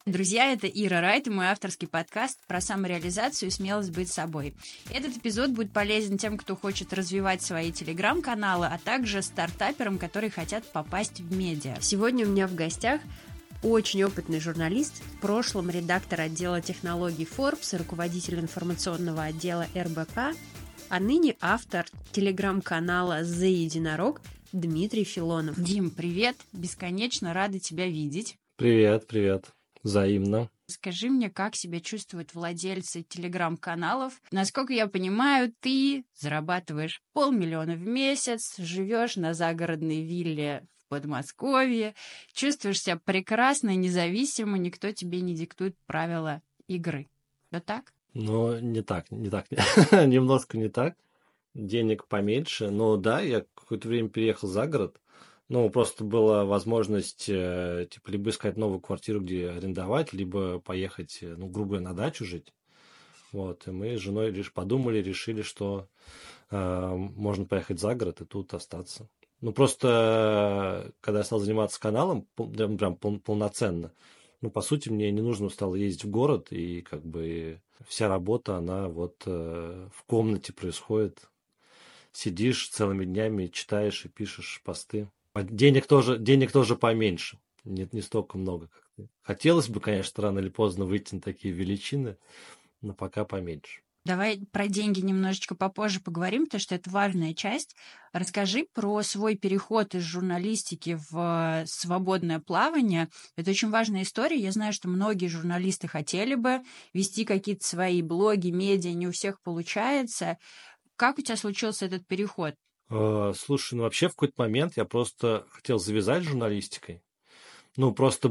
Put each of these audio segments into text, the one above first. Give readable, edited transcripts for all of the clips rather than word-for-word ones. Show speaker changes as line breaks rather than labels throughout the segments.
Друзья, это Ира Райт и мой авторский подкаст про самореализацию и смелость быть собой. Этот эпизод будет полезен тем, кто хочет развивать свои телеграм-каналы, а также стартаперам, которые хотят попасть в медиа. Сегодня у меня в гостях очень опытный журналист, в прошлом редактор отдела технологий Forbes, руководитель информационного отдела РБК, а ныне автор телеграм-канала «The Единорог» Дмитрий Филонов. Дим, привет! Бесконечно рада тебя видеть.
Привет. Взаимно.
Скажи мне, как себя чувствуют владельцы телеграм-каналов? Насколько я понимаю, ты зарабатываешь 500 000 в месяц, живешь на загородной вилле в Подмосковье, чувствуешь себя прекрасно и независимо, никто тебе не диктует правила игры. Да так?
Но не так. Немножко не так. Денег поменьше. Но да, я какое-то время переехал за город. Ну, просто была возможность, либо искать новую квартиру, где арендовать, либо поехать, грубо говоря, на дачу жить. Вот, и мы с женой лишь подумали, решили, что можно поехать за город и тут остаться. Ну, просто, когда я стал заниматься каналом, прям полноценно, по сути, мне не нужно стало ездить в город, и как бы вся работа, она вот в комнате происходит. Сидишь целыми днями, читаешь и пишешь посты. А денег тоже поменьше. Нет, не столько много. Хотелось бы, конечно, рано или поздно выйти на такие величины, но пока поменьше.
Давай про деньги немножечко попозже поговорим, потому что это важная часть. Расскажи про свой переход из журналистики в свободное плавание. Это очень важная история. Я знаю, что многие журналисты хотели бы вести какие-то свои блоги, медиа, не у всех получается. Как у тебя случился этот переход?
Слушай, вообще в какой-то момент я просто хотел завязать с журналистикой. Просто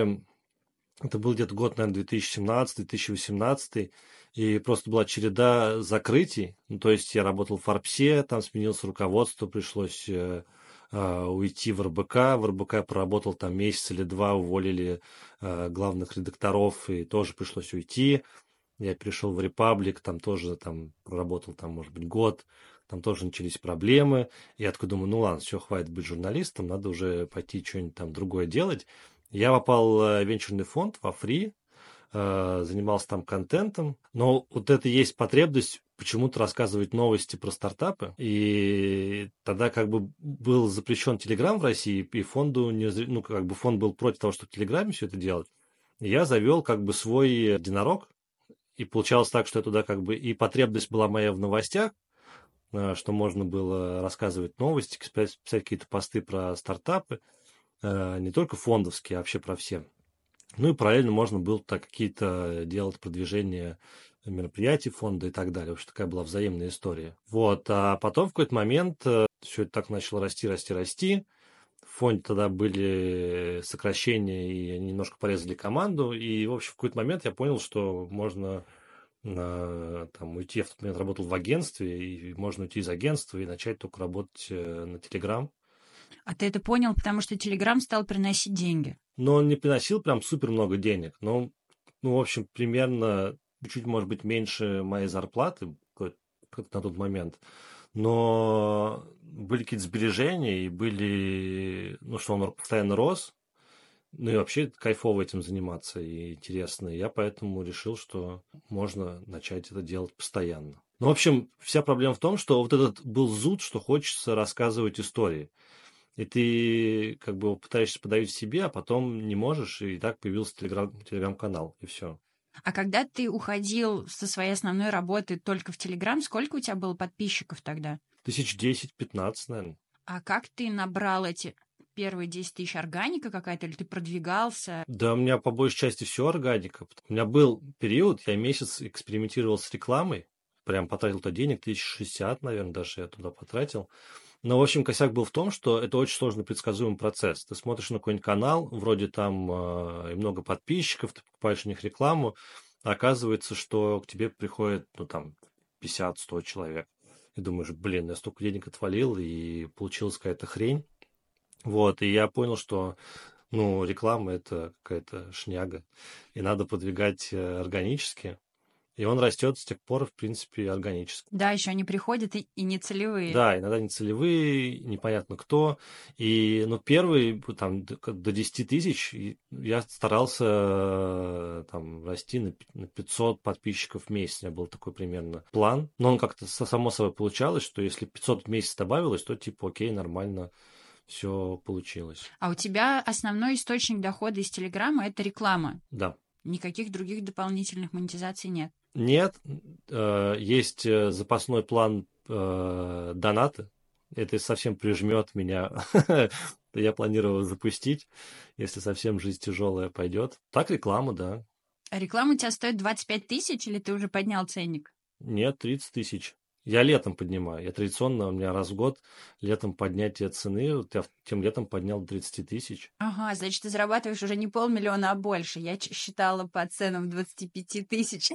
это был где-то год, наверное, 2017-2018, и просто была череда закрытий. То есть я работал в Форбсе, там сменилось руководство, пришлось уйти в РБК. В РБК я проработал там месяц или два, уволили главных редакторов, и тоже пришлось уйти. Я перешел в Репаблик, там тоже проработал, может быть, год. Там тоже начались проблемы. Я такой думаю, ладно, все, хватит быть журналистом, надо уже пойти что-нибудь там другое делать. Я попал в венчурный фонд, во Фри, занимался там контентом. Но вот это есть потребность почему-то рассказывать новости про стартапы. И тогда как бы был запрещен Телеграм в России, и фонду фонд был против того, чтобы в Телеграме все это делать. И я завел как бы свой единорог. И получалось так, что я туда как бы и потребность была моя в новостях, что можно было рассказывать новости, писать какие-то посты про стартапы, не только фондовские, а вообще про все. И параллельно можно было какие-то делать продвижения мероприятий фонда и так далее. В общем, такая была взаимная история. Вот, а потом в какой-то момент все это так начало расти. В фонде тогда были сокращения, и они немножко порезали команду. И, в общем, в какой-то момент я понял, что можно уйти. Я в тот момент работал в агентстве, и можно уйти из агентства и начать только работать на Telegram.
А ты это понял, потому что Telegram стал приносить деньги?
Но он не приносил прям супер много денег. Но, в общем, примерно чуть, может быть, меньше моей зарплаты на тот момент. Но были какие-то сбережения, и были, что он постоянно рос. И вообще кайфово этим заниматься и интересно. И я поэтому решил, что можно начать это делать постоянно. В общем, вся проблема в том, что вот этот был зуд, что хочется рассказывать истории. И ты как бы пытаешься подавить в себе, а потом не можешь, и так появился телеграм-канал, и все.
А когда ты уходил со своей основной работы только в Телеграм, сколько у тебя было подписчиков тогда?
1010-15, наверное.
А как ты набрал эти первые 10 тысяч? Органика какая-то, или ты продвигался?
Да, у меня по большей части все органика. У меня был период, я месяц экспериментировал с рекламой, прям потратил туда денег, 1060, наверное, даже я туда потратил. Но, в общем, косяк был в том, что это очень сложно предсказуемый процесс. Ты смотришь на какой-нибудь канал, вроде там и много подписчиков, ты покупаешь у них рекламу, а оказывается, что к тебе приходит, 50-100 человек. И думаешь, я столько денег отвалил, и получилась какая-то хрень. Вот, и я понял, что, реклама – это какая-то шняга, и надо продвигать органически. И он растет с тех пор, в принципе, органически.
Да, еще они приходят и не целевые.
Да, иногда не целевые, непонятно кто. И, ну, первый, там, до 10 тысяч я старался там расти на 500 подписчиков в месяц. У меня был такой примерно план. Но он как-то само собой получалось, что если 500 в месяц добавилось, то типа окей, нормально все получилось.
А у тебя основной источник дохода из Телеграма — это реклама.
Да.
Никаких других дополнительных монетизаций нет.
Нет, есть запасной план доната. Это совсем прижмет меня. Я планировал запустить, если совсем жизнь тяжелая пойдет. Так реклама, да.
А реклама у тебя стоит 25 тысяч, или ты уже поднял ценник?
Нет, 30 тысяч. Я летом поднимаю. Я традиционно, у меня раз в год летом поднятие цены. Вот я тем летом поднял до 30 тысяч.
Ага, значит, ты зарабатываешь уже не 500 000, а больше. Я считала по ценам 25 тысяч.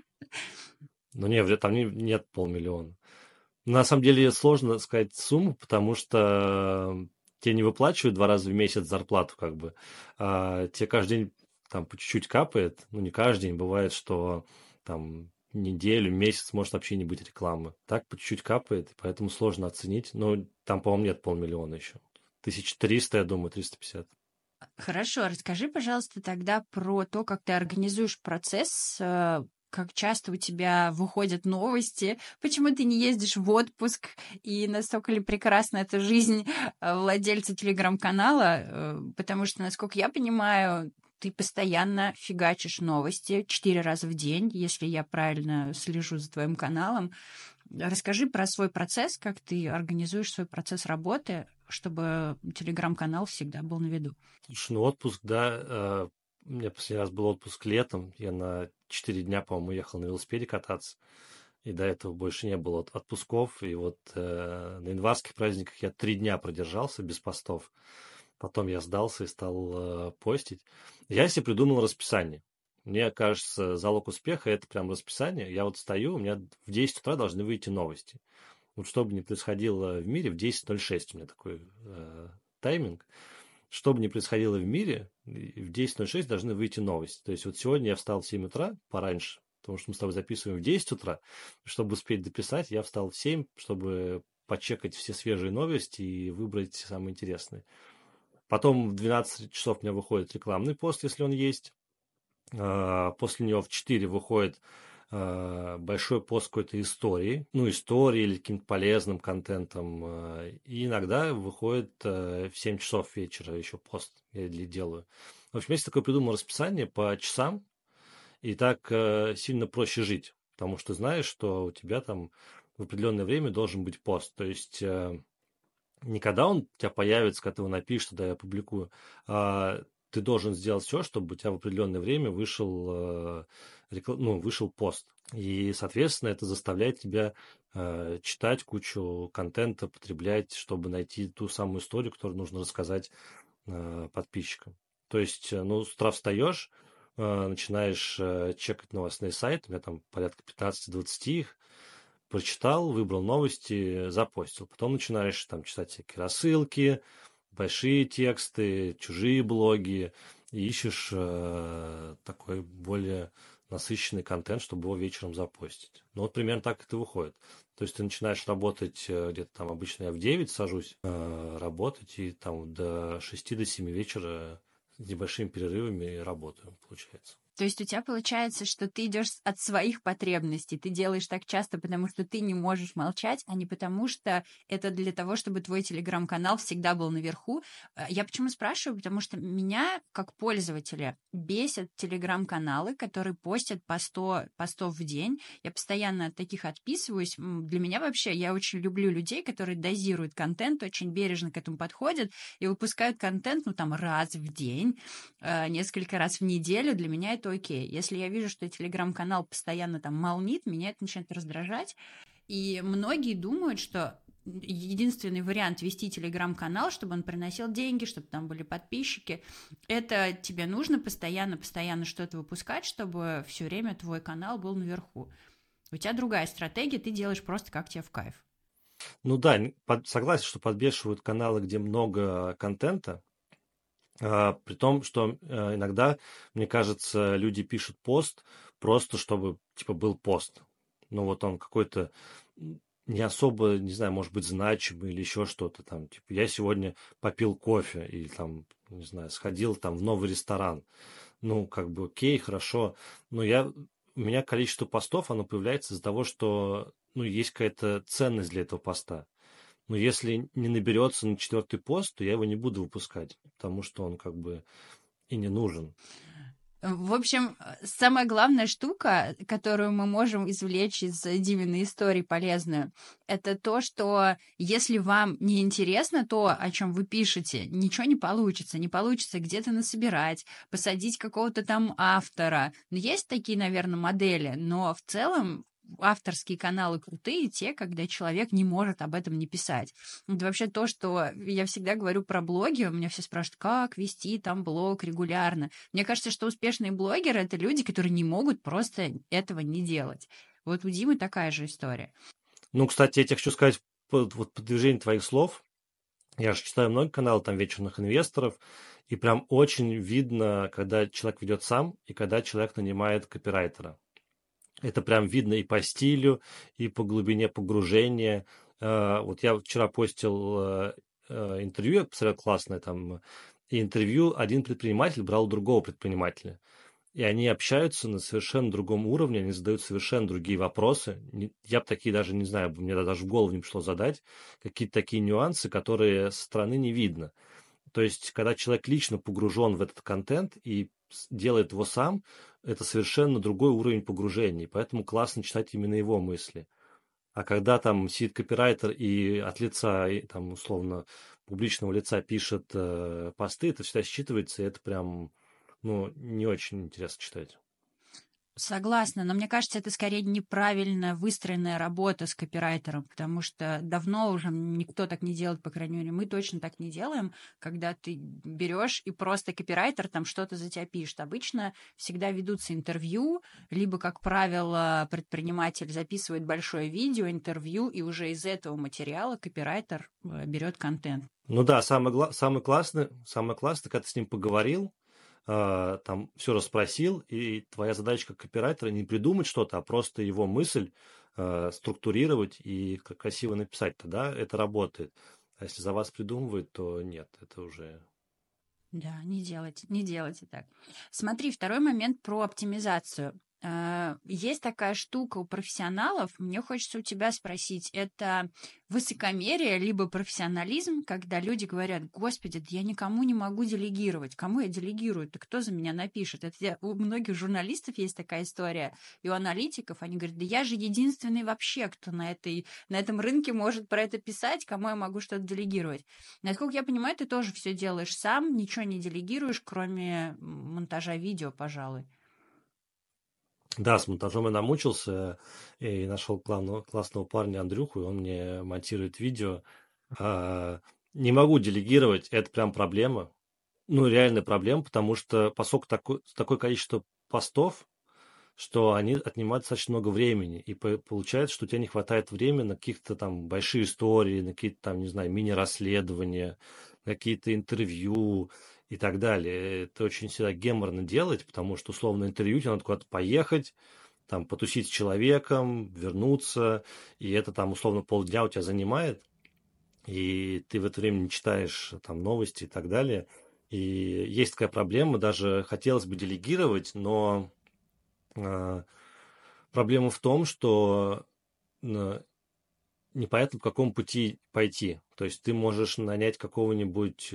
Но нет, там нет 500 000. На самом деле сложно сказать сумму, потому что тебе не выплачивают 2 раза в месяц зарплату, как бы. Тебе каждый день там по чуть-чуть капает. Ну, не каждый день. Бывает, что там неделю, месяц может вообще не быть рекламы. Так по чуть-чуть капает, поэтому сложно оценить. Но там, по-моему, нет 500 000 еще. 1300, я думаю, 350.
Хорошо, расскажи, пожалуйста, тогда про то, как ты организуешь процесс, как часто у тебя выходят новости, почему ты не ездишь в отпуск, и настолько ли прекрасна эта жизнь владельца телеграм-канала, потому что, насколько я понимаю, ты постоянно фигачишь новости 4 раза в день, если я правильно слежу за твоим каналом. Расскажи про свой процесс, как ты организуешь свой процесс работы, чтобы телеграм-канал всегда был на виду.
Слушай, ну отпуск, да. У меня последний раз был отпуск летом. Я на 4 дня, по-моему, ехал на велосипеде кататься. И до этого больше не было отпусков. И вот на январских праздниках я 3 дня продержался без постов. Потом я сдался и стал постить. Я себе придумал расписание. Мне кажется, залог успеха — это прям расписание. Я вот стою, у меня в 10 утра должны выйти новости. Вот что бы ни происходило в мире, в 10:06 у меня такой тайминг. Что бы ни происходило в мире, в 10:06 должны выйти новости. То есть вот сегодня я встал в 7 утра, пораньше, потому что мы с тобой записываем в 10 утра. Чтобы успеть дописать, я встал в 7, чтобы почекать все свежие новости и выбрать самые интересные. Потом в 12 часов у меня выходит рекламный пост, если он есть. После него в 4 выходит большой пост какой-то истории, ну, истории или каким-то полезным контентом. И иногда выходит в 7 часов вечера еще пост я делаю. В общем, если такое придумал расписание по часам, и так сильно проще жить, потому что знаешь, что у тебя там в определенное время должен быть пост. То есть не когда он у тебя появится, когда ты его напишешь, тогда я опубликую, ты должен сделать все, чтобы у тебя в определенное время вышел, вышел пост. И, соответственно, это заставляет тебя читать кучу контента, потреблять, чтобы найти ту самую историю, которую нужно рассказать подписчикам. То есть, ну, с утра встаешь, начинаешь чекать новостные сайты, у меня там порядка 15-20 их, прочитал, выбрал новости, запостил. Потом начинаешь там читать всякие рассылки, большие тексты, чужие блоги, и ищешь такой более насыщенный контент, чтобы его вечером запостить. Ну вот примерно так это выходит. То есть ты начинаешь работать где-то там, обычно я в 9 сажусь работать, и там до 6-7 вечера с небольшими перерывами работаю, получается.
То есть у тебя получается, что ты идешь от своих потребностей. Ты делаешь так часто, потому что ты не можешь молчать, а не потому что это для того, чтобы твой телеграм-канал всегда был наверху. Я почему спрашиваю? Потому что меня, как пользователя, бесят телеграм-каналы, которые постят по 100 постов в день. Я постоянно от таких отписываюсь. Для меня вообще, я очень люблю людей, которые дозируют контент, очень бережно к этому подходят и выпускают контент, ну, там, раз в день, несколько раз в неделю. Для меня это окей. Если я вижу, что телеграм-канал постоянно там молнит, меня это начинает раздражать. И многие думают, что единственный вариант вести телеграм-канал, чтобы он приносил деньги, чтобы там были подписчики, это тебе нужно постоянно что-то выпускать, чтобы все время твой канал был наверху. У тебя другая стратегия, ты делаешь просто как тебе в кайф.
Ну да, согласен, что подбешивают каналы, где много контента. При том, что иногда, мне кажется, люди пишут пост просто, чтобы, типа, был пост. Ну, вот он какой-то не особо, не знаю, может быть, значимый или еще что-то там. Типа, я сегодня попил кофе или там, не знаю, сходил там в новый ресторан. Ну, как бы, окей, хорошо. Но у меня количество постов, оно появляется из-за того, что, ну, есть какая-то ценность для этого поста. Но если не наберется на 4-й пост, то я его не буду выпускать, потому что он как бы и не нужен.
В общем, самая главная штука, которую мы можем извлечь из Диминой истории полезную, это то, что если вам не интересно то, о чем вы пишете, ничего не получится. Не получится где-то насобирать, посадить какого-то там автора. Ну, есть такие, наверное, модели, но в целом авторские каналы крутые те, когда человек не может об этом не писать. Это вообще то, что я всегда говорю про блоги. У меня все спрашивают, как вести там блог регулярно. Мне кажется, что успешные блогеры — это люди, которые не могут просто этого не делать. Вот у Димы такая же история.
Ну, кстати, я тебе хочу сказать, вот подтверждение твоих слов. Я же читаю много каналов там вечерных инвесторов, и прям очень видно, когда человек ведет сам и когда человек нанимает копирайтера. Это прям видно и по стилю, и по глубине погружения. Вот я вчера постил интервью, я посмотрел классное там, и интервью один предприниматель брал у другого предпринимателя. И они общаются на совершенно другом уровне, они задают совершенно другие вопросы. Я бы такие даже не знаю, мне даже в голову не пришло задать. Какие-то такие нюансы, которые со стороны не видно. То есть, когда человек лично погружен в этот контент и делает его сам, это совершенно другой уровень погружения. И поэтому классно читать именно его мысли. А когда там сидит копирайтер и от лица, и, там, условно, публичного лица пишет посты, это всегда считывается, и это прям, ну, не очень интересно читать.
Согласна, но мне кажется, это скорее неправильно выстроенная работа с копирайтером, потому что давно уже никто так не делает, по крайней мере, мы точно так не делаем, когда ты берешь и просто копирайтер там что-то за тебя пишет. Обычно всегда ведутся интервью, либо, как правило, предприниматель записывает большое видео, интервью, и уже из этого материала копирайтер берет контент.
Ну да, самый классный, когда ты с ним поговорил, там все расспросил, и твоя задача как копирайтера не придумать что-то, а просто его мысль структурировать и красиво написать. Тогда это работает. А если за вас придумывают, то нет, это уже...
Да, не делайте так. Смотри, второй момент про оптимизацию. Есть такая штука у профессионалов, мне хочется у тебя спросить, это высокомерие либо профессионализм, когда люди говорят, господи, да я никому не могу делегировать, кому я делегирую, то кто за меня напишет? У многих журналистов есть такая история, и у аналитиков, они говорят, да я же единственный вообще, кто на этом рынке может про это писать, кому я могу что-то делегировать. Насколько я понимаю, ты тоже все делаешь сам, ничего не делегируешь, кроме монтажа видео, пожалуй.
Да, с монтажом я намучился и нашел классного парня Андрюху, и он мне монтирует видео. Не могу делегировать, это прям проблема. Ну, реальная проблема, потому что поскольку такое количество постов, что они отнимают достаточно много времени, и получается, что у тебя не хватает времени на каких-то там большие истории, на какие-то там, не знаю, мини-расследования, какие-то интервью и так далее. Это очень всегда геморно делать, потому что, условно, интервью тебе надо куда-то поехать, там, потусить с человеком, вернуться, и это там, условно, полдня у тебя занимает, и ты в это время не читаешь там новости и так далее. И есть такая проблема, даже хотелось бы делегировать, но проблема в том, что непонятно, по какому пути пойти. То есть ты можешь нанять какого-нибудь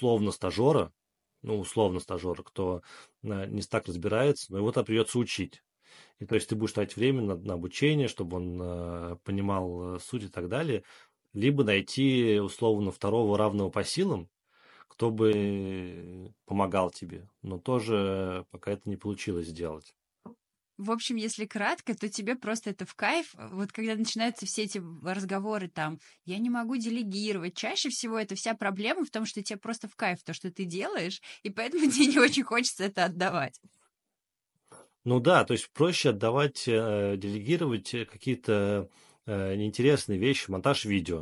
условно стажера, кто не так разбирается, но его-то придется учить. И то есть ты будешь тратить время на обучение, чтобы он понимал суть и так далее. Либо найти условно второго равного по силам, кто бы помогал тебе. Но тоже пока это не получилось сделать.
В общем, если кратко, то тебе просто это в кайф. Вот когда начинаются все эти разговоры там, я не могу делегировать, чаще всего это вся проблема в том, что тебе просто в кайф то, что ты делаешь, и поэтому тебе не очень хочется это отдавать.
Ну да, то есть проще отдавать, делегировать какие-то неинтересные вещи, монтаж видео.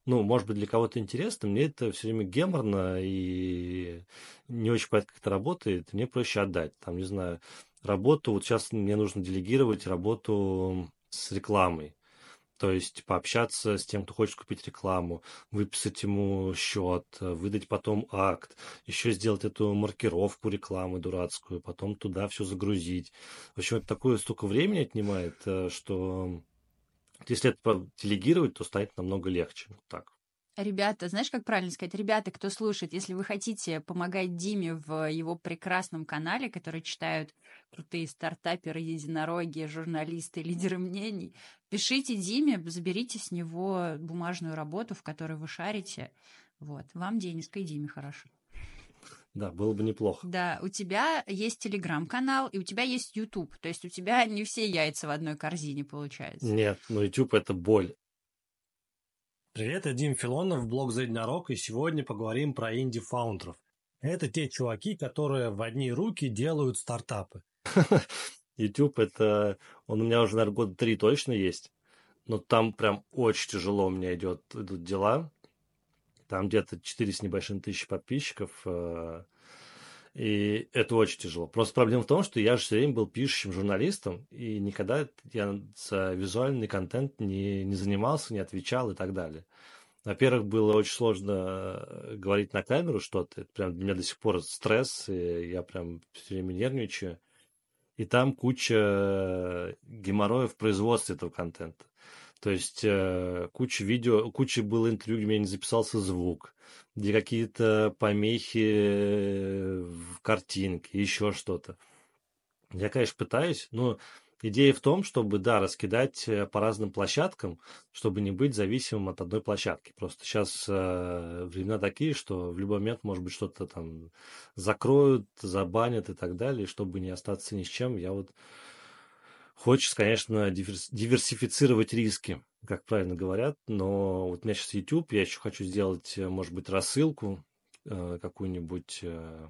ну, может быть, для кого-то интересно, мне это все время геморно и не очень понятно, как это работает. Мне проще отдать. Там, не знаю, работу, вот сейчас мне нужно делегировать работу с рекламой. То есть пообщаться с тем, кто хочет купить рекламу, выписать ему счет, выдать потом акт, еще сделать эту маркировку рекламы дурацкую, потом туда все загрузить. В общем, это такое столько времени отнимает, что если это делегировать, то станет намного легче. Вот так.
Ребята, знаешь, как правильно сказать? Ребята, кто слушает, если вы хотите помогать Диме в его прекрасном канале, который читают крутые стартаперы, единороги, журналисты, лидеры мнений, пишите Диме, заберите с него бумажную работу, в которой вы шарите. Вот, вам денежка и Диме хорошо.
Да, было бы неплохо.
Да, у тебя есть телеграм-канал, и у тебя есть YouTube. То есть у тебя не все яйца в одной корзине, получается.
Нет, но YouTube это боль. Привет, я Дим Филонов, блог «За единорог», и сегодня поговорим про инди-фаундеров. Это те чуваки, которые в одни руки делают стартапы. YouTube это... Он у меня уже, наверное, года 3 точно есть. Но там прям очень тяжело у меня идут дела. Там где-то 4 с небольшим тысячи подписчиков. И это очень тяжело. Просто проблема в том, что я же все время был пишущим журналистом, и никогда я за визуальный контент не занимался, не отвечал и так далее. Во-первых, было очень сложно говорить на камеру что-то. Это прям для меня до сих пор стресс, и я прям все время нервничаю. И там куча геморроя в производстве этого контента. То есть куча видео, куча было интервью, где у меня не записался звук, где какие-то помехи в картинке, еще что-то. Я, конечно, пытаюсь, но идея в том, чтобы, да, раскидать по разным площадкам, чтобы не быть зависимым от одной площадки. Просто сейчас времена такие, что в любой момент, может быть, что-то там закроют, забанят и так далее, и чтобы не остаться ни с чем, я вот хочется, конечно, диверсифицировать риски, как правильно говорят, но вот у меня сейчас YouTube, я еще хочу сделать, может быть, рассылку какую-нибудь,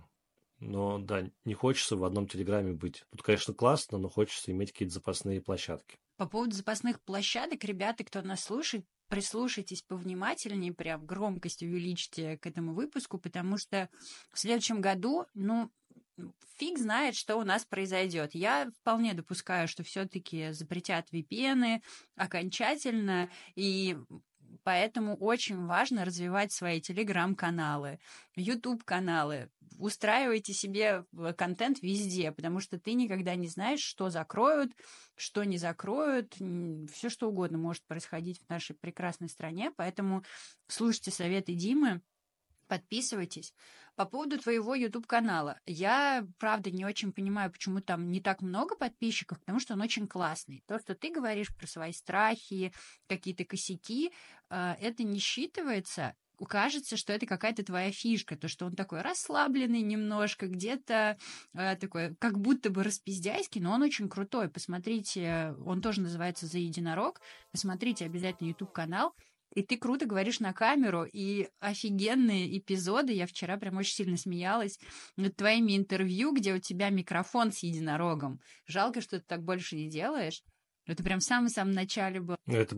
но да, не хочется в одном Телеграме быть. Тут, конечно, классно, но хочется иметь какие-то запасные площадки.
По поводу запасных площадок, ребята, кто нас слушает, прислушайтесь повнимательнее, прям громкость увеличьте к этому выпуску, потому что в следующем году, ну, фиг знает, что у нас произойдет. Я вполне допускаю, что все-таки запретят VPN окончательно, и поэтому очень важно развивать свои телеграм-каналы, YouTube-каналы. Устраивайте себе контент везде, потому что ты никогда не знаешь, что закроют, что не закроют. Все что угодно может происходить в нашей прекрасной стране, поэтому слушайте советы Димы, подписывайтесь. По поводу твоего YouTube-канала. Я, правда, не очень понимаю, почему там не так много подписчиков, потому что он очень классный. То, что ты говоришь про свои страхи, какие-то косяки, это не считывается. Кажется, что это какая-то твоя фишка, то, что он такой расслабленный немножко, где-то такой, как будто бы распиздяйский, но он очень крутой. Посмотрите, он тоже называется «За единорог». Посмотрите обязательно YouTube-канал. И ты круто говоришь на камеру, и офигенные эпизоды. Я вчера прям очень сильно смеялась над твоими интервью, где у тебя микрофон с единорогом. Жалко, что ты так больше не делаешь. Это прям в самом-самом начале было.
Это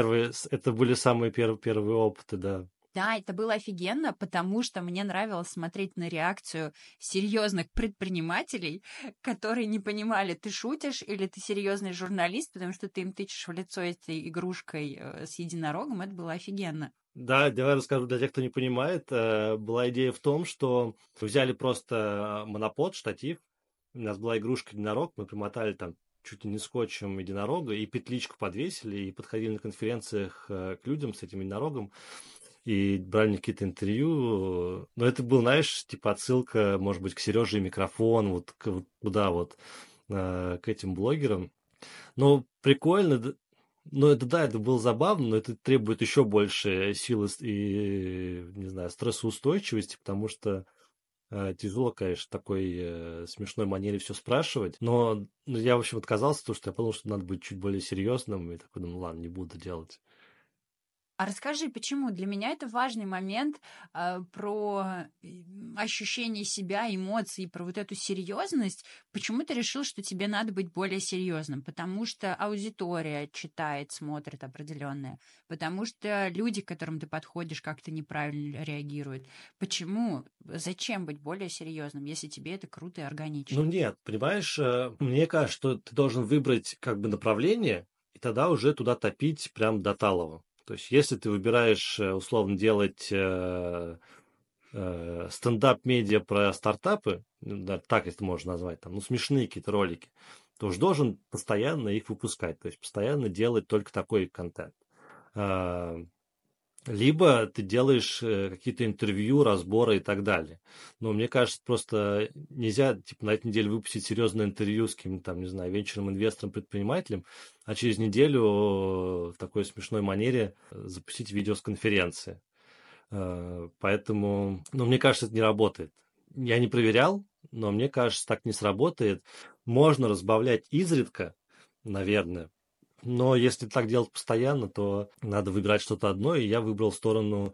были самые первые опыты, да.
Да, это было офигенно, потому что мне нравилось смотреть на реакцию серьезных предпринимателей, которые не понимали, ты шутишь или ты серьезный журналист, потому что ты им тычешь в лицо этой игрушкой с единорогом. Это было офигенно.
Да, давай расскажу для тех, кто не понимает. Была идея в том, что взяли просто монопод, штатив. У нас была игрушка единорог, мы примотали там чуть ли не скотчем единорога и петличку подвесили, и подходили на конференциях к людям с этим единорогом, и брали какие-то интервью. Но это был, знаешь, типа отсылка, может быть, к Сереже и микрофон, вот туда вот, к этим блогерам. Но прикольно, ну, это да, это было забавно, но это требует еще больше силы и, не знаю, стрессоустойчивости, потому что тяжело, конечно, в такой смешной манере все спрашивать. Но я, в общем, отказался, потому что я подумал, что надо быть чуть более серьезным, и такой, ну ладно, не буду делать.
А расскажи, почему? Для меня это важный момент про ощущение себя, эмоций, про вот эту серьезность. Почему ты решил, что тебе надо быть более серьезным? Потому что аудитория читает, смотрит определенная, потому что люди, к которым ты подходишь, как-то неправильно реагируют. Почему? Зачем быть более серьезным, если тебе это круто и
Ну
органично?
нет, понимаешь, мне кажется, что ты должен выбрать как бы направление, и тогда уже туда топить прям до талого. То есть, если ты выбираешь, условно, делать стендап-медиа про стартапы, ну, да, так это можно назвать, там, ну, смешные какие-то ролики, то уж должен постоянно их выпускать, то есть постоянно делать только такой контент. А, Либо ты делаешь какие-то интервью, разборы и так далее. Но мне кажется, просто нельзя типа, на этой неделе выпустить серьезное интервью с каким-то, там, не знаю, венчурным инвестором, предпринимателем, а через неделю в такой смешной манере запустить видео с конференции. Поэтому, ну, мне кажется, это не работает. Я не проверял, но мне кажется, так не сработает. Можно разбавлять изредка, наверное, но если так делать постоянно, то надо выбирать что-то одно, и я выбрал сторону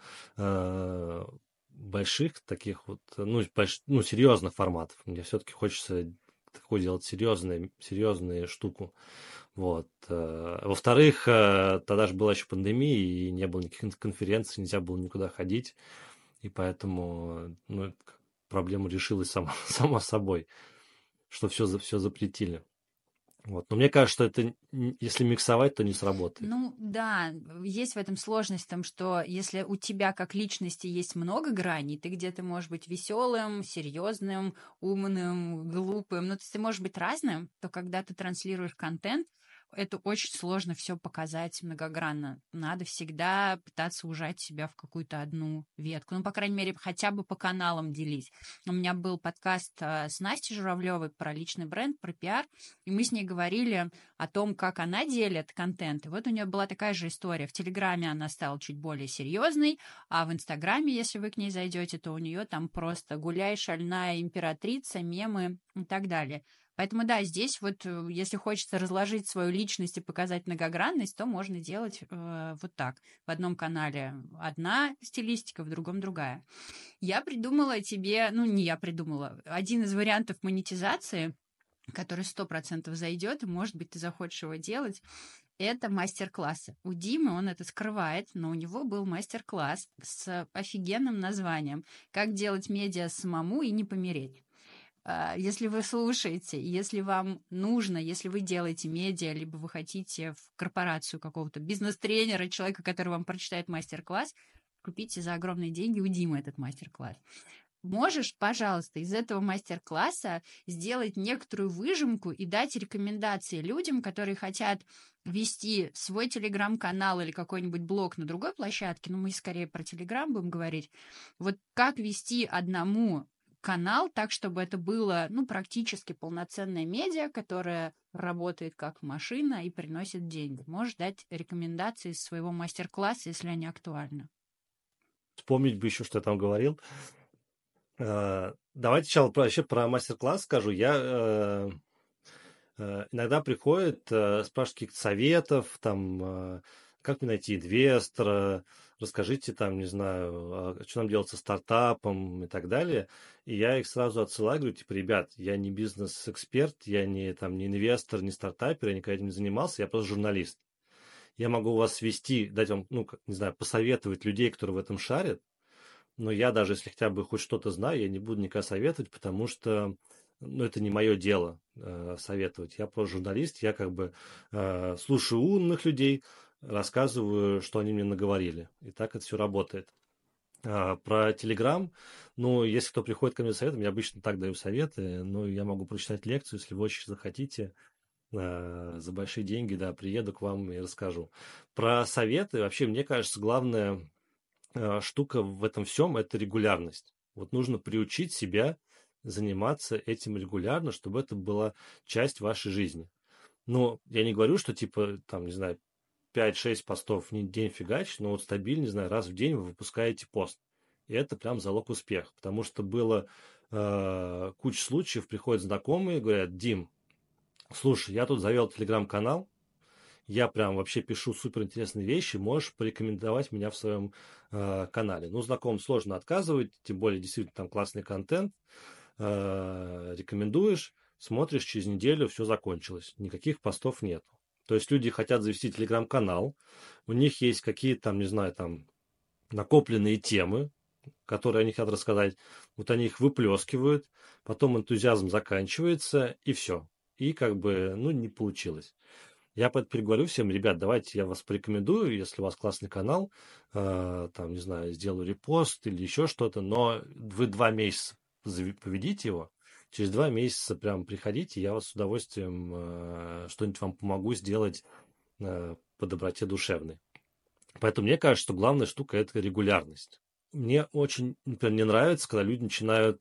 больших таких вот, ну, серьезных форматов. Мне все-таки хочется такой делать серьезную штуку. Вот. Во-вторых, тогда же была еще пандемия, и не было никаких конференций, нельзя было никуда ходить, и поэтому ну, проблема решилась сама собой, что все запретили. Вот. Но мне кажется, что это, если миксовать, то не сработает.
Ну да, есть в этом сложность в том, что если у тебя как личности есть много граней, ты где-то можешь быть веселым, серьезным, умным, глупым, но то есть ты можешь быть разным, то когда ты транслируешь контент, это очень сложно все показать многогранно. Надо всегда пытаться ужать себя в какую-то одну ветку. Ну, по крайней мере, хотя бы по каналам делить. У меня был подкаст с Настей Журавлевой про личный бренд, про пиар, и мы с ней говорили о том, как она делит контент. И вот у нее была такая же история. В Телеграме она стала чуть более серьезной, а в Инстаграме, если вы к ней зайдете, то у нее там просто гуляй, шальная императрица, мемы и так далее. Поэтому да, здесь вот, если хочется разложить свою личность и показать многогранность, то можно делать вот так. В одном канале одна стилистика, в другом другая. Я придумала тебе, ну не я придумала, один из вариантов монетизации, который 100% зайдет, и, может быть, ты захочешь его делать, это мастер-классы. У Димы он это скрывает, но у него был мастер-класс с офигенным названием «Как делать медиа самому и не помереть». Если вы слушаете, если вам нужно, если вы делаете медиа, либо вы хотите в корпорацию какого-то бизнес-тренера, человека, который вам прочитает мастер-класс, купите за огромные деньги у Димы этот мастер-класс. Можешь, пожалуйста, из этого мастер-класса сделать некоторую выжимку и дать рекомендации людям, которые хотят вести свой телеграм-канал или какой-нибудь блог на другой площадке, ну, мы скорее про телеграм будем говорить, вот как вести одному канал так, чтобы это было, ну, практически полноценное медиа, которое работает как машина и приносит деньги. Можешь дать рекомендации из своего мастер-класса, если они актуальны.
Вспомнить бы еще, что я там говорил. Давайте сначала вообще про мастер-класс скажу. Я иногда приходят, спрашивают каких-то советов, там, как мне найти инвестора, расскажите там, не знаю, что нам делать со стартапом и так далее. И я их сразу отсылаю, говорю, типа, ребят, я не бизнес-эксперт, я не, там, не инвестор, не стартапер, я никогда этим не занимался, я просто журналист. Я могу вас вести, дать вам, ну, не знаю, посоветовать людей, которые в этом шарят, но я даже если хотя бы хоть что-то знаю, я не буду никогда советовать, потому что ну, это не мое дело советовать. Я просто журналист, я как бы слушаю умных людей, рассказываю, что они мне наговорили. И так это все работает. Про Telegram, ну, если кто приходит ко мне с советом, я обычно так даю советы, но я могу прочитать лекцию, если вы очень захотите, за большие деньги, да, приеду к вам и расскажу. Про советы, вообще, мне кажется, главное штука в этом всем – это регулярность. Вот нужно приучить себя заниматься этим регулярно, чтобы это была часть вашей жизни. Но я не говорю, что типа, там, не знаю, 5-6 постов в день фигачить, но вот стабильно, не знаю, раз в день вы выпускаете пост. И это прям залог успеха. Потому что было куча случаев, приходят знакомые, говорят, Дим, слушай, я тут завел телеграм-канал, я прям вообще пишу суперинтересные вещи, можешь порекомендовать меня в своем канале. Ну, знакомым сложно отказывать, тем более действительно там классный контент. Рекомендуешь, смотришь, через неделю все закончилось, никаких постов нет. То есть люди хотят завести телеграм-канал, у них есть какие-то там, не знаю, там накопленные темы, которые они хотят рассказать, вот они их выплескивают, потом энтузиазм заканчивается, и все. И как бы, ну, не получилось. Я говорю всем, ребят, давайте я вас порекомендую, если у вас классный канал, там, не знаю, сделаю репост или еще что-то, но вы 2 месяца поведите его, через 2 месяца прям приходите, я вас с удовольствием что-нибудь вам помогу сделать по доброте душевной. Поэтому мне кажется, что главная штука – это регулярность. Мне очень, например, не нравится, когда люди начинают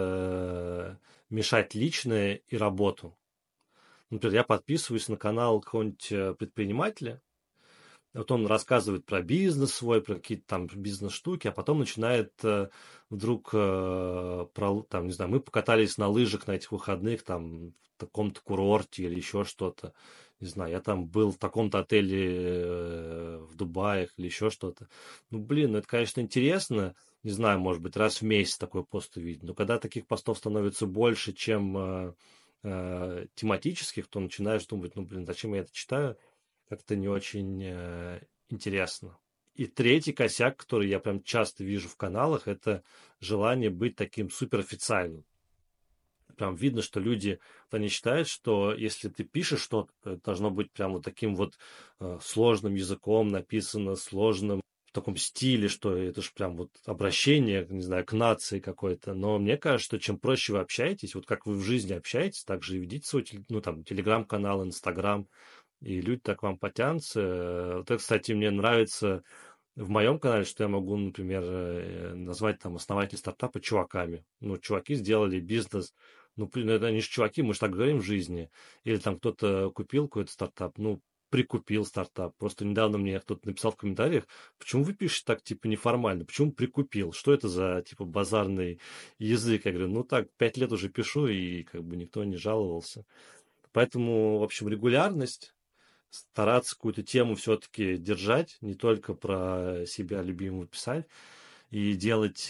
мешать личное и работу. Например, я подписываюсь на канал какого-нибудь предпринимателя, вот он рассказывает про бизнес свой, про какие-то там бизнес-штуки, а потом начинает вдруг там, не знаю, мы покатались на лыжах на этих выходных, там, в таком-то курорте или еще что-то. Не знаю, я там был в таком-то отеле в Дубае или еще что-то. Ну, блин, ну это, конечно, интересно. Не знаю, может быть, раз в месяц такой пост увидеть. Но когда таких постов становится больше, чем тематических, то начинаешь думать, ну, блин, зачем я это читаю? Как-то не очень интересно. И третий косяк, который я прям часто вижу в каналах, это желание быть таким суперофициальным. Прям видно, что люди, вот они считают, что если ты пишешь что-то, то это должно быть прям вот таким вот сложным языком написано, сложным в таком стиле, что это же прям вот обращение, не знаю, к нации какой-то. Но мне кажется, что чем проще вы общаетесь, вот как вы в жизни общаетесь, так же и ведите свой, ну, там, телеграм-канал, инстаграм, и люди так к вам потянутся. Вот это, кстати, мне нравится в моем канале, что я могу, например, назвать там основателей стартапа чуваками. Ну, чуваки сделали бизнес. Ну, блин, это они же чуваки, мы же так говорим в жизни. Или там кто-то купил какой-то стартап, ну, прикупил стартап. Просто недавно мне кто-то написал в комментариях, почему вы пишете так, типа, неформально? Почему прикупил? Что это за, типа, базарный язык? Я говорю, ну, так, 5 лет уже пишу, и как бы никто не жаловался. Поэтому, в общем, регулярность, стараться какую-то тему все-таки держать, не только про себя любимого писать, и делать,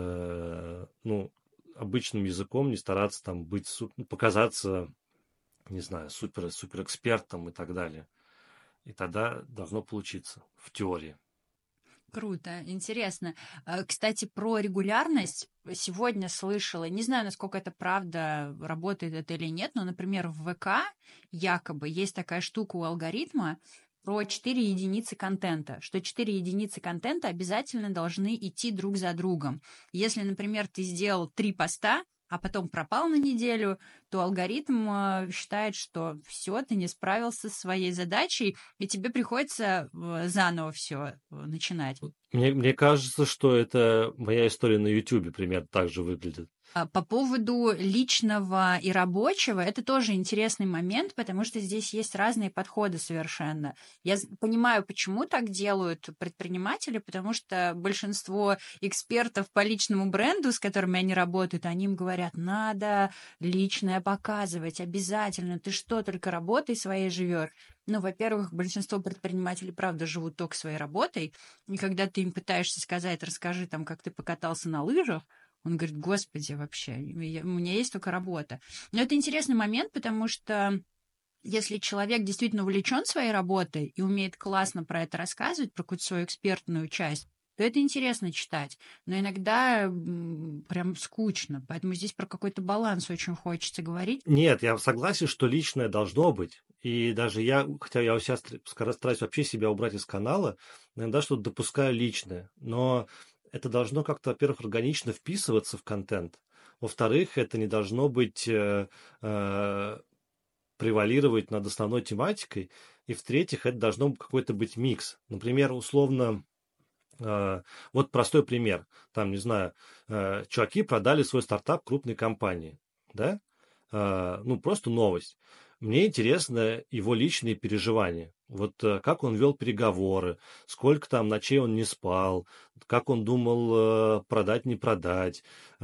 ну, обычным языком, не стараться там быть, показаться, не знаю, супер экспертом и так далее. И тогда должно получиться в теории.
Круто, интересно. Кстати, про регулярность сегодня слышала, не знаю, насколько это правда, работает это или нет, но, например, в ВК якобы есть такая штука у алгоритма про 4 единицы контента, что 4 единицы контента обязательно должны идти друг за другом. Если, например, ты сделал 3 поста, а потом пропал на неделю, то алгоритм считает, что все, ты не справился со своей задачей, и тебе приходится заново все начинать.
Мне кажется, что это моя история на YouTube примерно так же выглядит.
По поводу личного и рабочего, это тоже интересный момент, потому что здесь есть разные подходы совершенно. Я понимаю, почему так делают предприниматели, потому что большинство экспертов по личному бренду, с которыми они работают, они им говорят, надо личное показывать обязательно, ты что, только работой своей живешь? Ну, во-первых, большинство предпринимателей, правда, живут только своей работой, и когда ты им пытаешься сказать, расскажи там, как ты покатался на лыжах, он говорит, господи, вообще, у меня есть только работа. Но это интересный момент, потому что если человек действительно увлечен своей работой и умеет классно про это рассказывать, про какую-то свою экспертную часть, то это интересно читать. Но иногда прям скучно. Поэтому здесь про какой-то баланс очень хочется говорить.
Нет, я согласен, что личное должно быть. И даже я, хотя я сейчас стараюсь вообще себя убрать из канала, иногда что-то допускаю личное. Но это должно как-то, во-первых, органично вписываться в контент. Во-вторых, это не должно быть превалировать над основной тематикой. И в-третьих, это должно какой-то быть микс. Например, условно, вот простой пример. Там, не знаю, чуваки продали свой стартап крупной компании, да? ну, просто новость. Мне интересно его личные переживания. Вот как он вел переговоры, сколько там ночей он не спал, как он думал продать, не продать,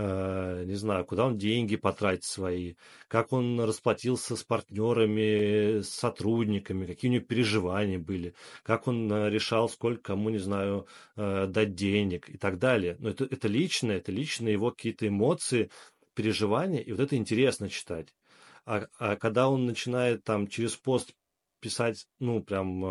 не знаю, куда он деньги потратит свои, как он расплатился с партнерами, с сотрудниками, какие у него переживания были, как он решал, сколько кому, не знаю, дать денег и так далее. Но это личное, это личные его какие-то эмоции, переживания, и вот это интересно читать. А когда он начинает там через пост писать, ну, прям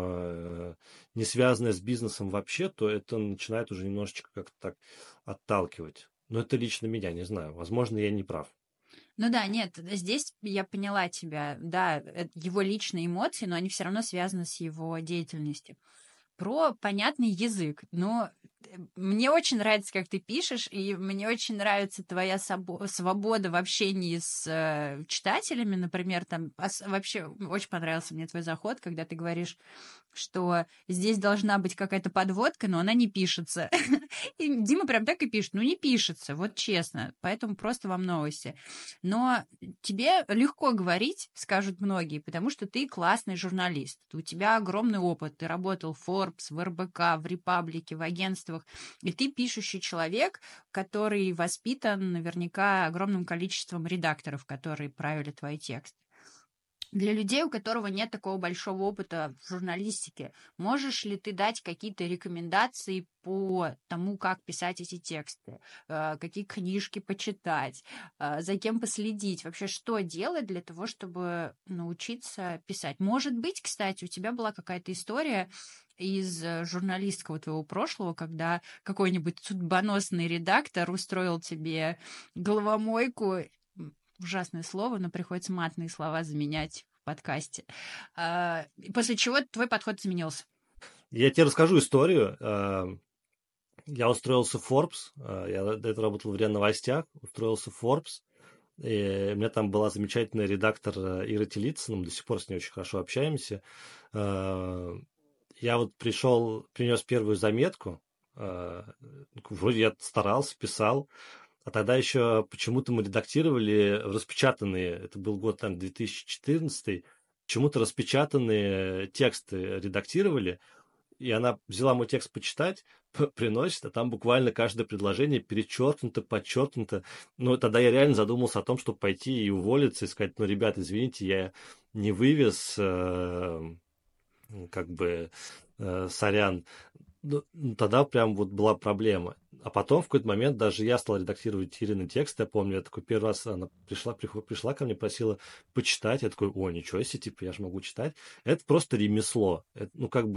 не связанное с бизнесом вообще, то это начинает уже немножечко как-то так отталкивать. Но это лично меня, не знаю. Возможно, я не прав.
Ну да, нет, здесь я поняла тебя. Да, его личные эмоции, но они все равно связаны с его деятельностью. Про понятный язык. Но мне очень нравится, как ты пишешь, и мне очень нравится твоя свобода в общении с читателями. Например, там вообще очень понравился мне твой заход, когда ты говоришь, что здесь должна быть какая-то подводка, но она не пишется. И Дима прям так и пишет, ну не пишется, вот честно, поэтому просто вам новости. Но тебе легко говорить, скажут многие, потому что ты классный журналист, у тебя огромный опыт, ты работал в Forbes, в РБК, в Репаблике, в агентствах, и ты пишущий человек, который воспитан наверняка огромным количеством редакторов, которые правили твои тексты. Для людей, у которого нет такого большого опыта в журналистике, можешь ли ты дать какие-то рекомендации по тому, как писать эти тексты, какие книжки почитать, за кем последить, вообще что делать для того, чтобы научиться писать? Может быть, кстати, у тебя была какая-то история из журналистского твоего прошлого, когда какой-нибудь судьбоносный редактор устроил тебе головомойку, ужасное слово, но приходится матные слова заменять в подкасте. После чего твой подход изменился.
Я тебе расскажу историю. Я устроился в Forbes. Я до этого работал в РИА Новостях. Устроился в Forbes. И у меня там была замечательная редактор Ира Телицына. Мы до сих пор с ней очень хорошо общаемся. Я вот принес первую заметку. Вроде я старался, писал. А тогда еще почему-то мы редактировали распечатанные, это был год там 2014, почему-то распечатанные тексты редактировали, и она взяла мой текст почитать, приносит, а там буквально каждое предложение перечеркнуто, подчеркнуто. Ну, тогда я реально задумался о том, чтобы пойти и уволиться, и сказать, ну, ребят, извините, я не вывез, сорян. Ну, тогда прям вот была проблема. А потом в какой-то момент даже я стал редактировать Ирины текст. Я помню, я такой первый раз она пришла ко мне, просила почитать. Я такой, о, ничего себе, типа, я же могу читать. Это просто ремесло. Это,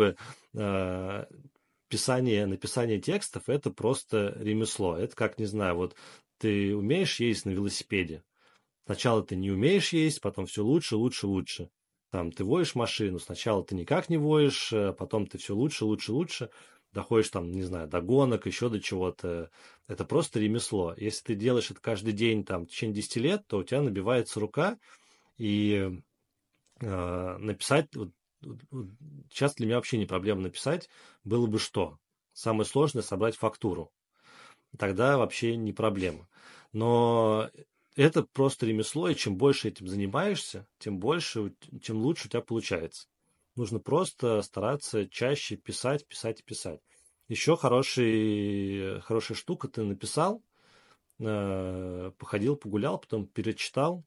написание текстов это просто ремесло. Это как, не знаю, вот ты умеешь ездить на велосипеде. Сначала ты не умеешь ездить, потом все лучше, лучше, лучше. Там ты водишь машину, сначала ты никак не водишь, потом ты все лучше, лучше, лучше. Доходишь там, не знаю, до гонок, еще до чего-то. Это просто ремесло. Если ты делаешь это каждый день там, в течение 10 лет, то у тебя набивается рука, и написать, сейчас для меня вообще не проблема написать, было бы что? Самое сложное собрать фактуру. Тогда вообще не проблема. Но это просто ремесло, и чем больше этим занимаешься, тем лучше у тебя получается. Нужно просто стараться чаще писать, писать и писать. Еще хорошая штука, ты написал, походил, погулял, потом перечитал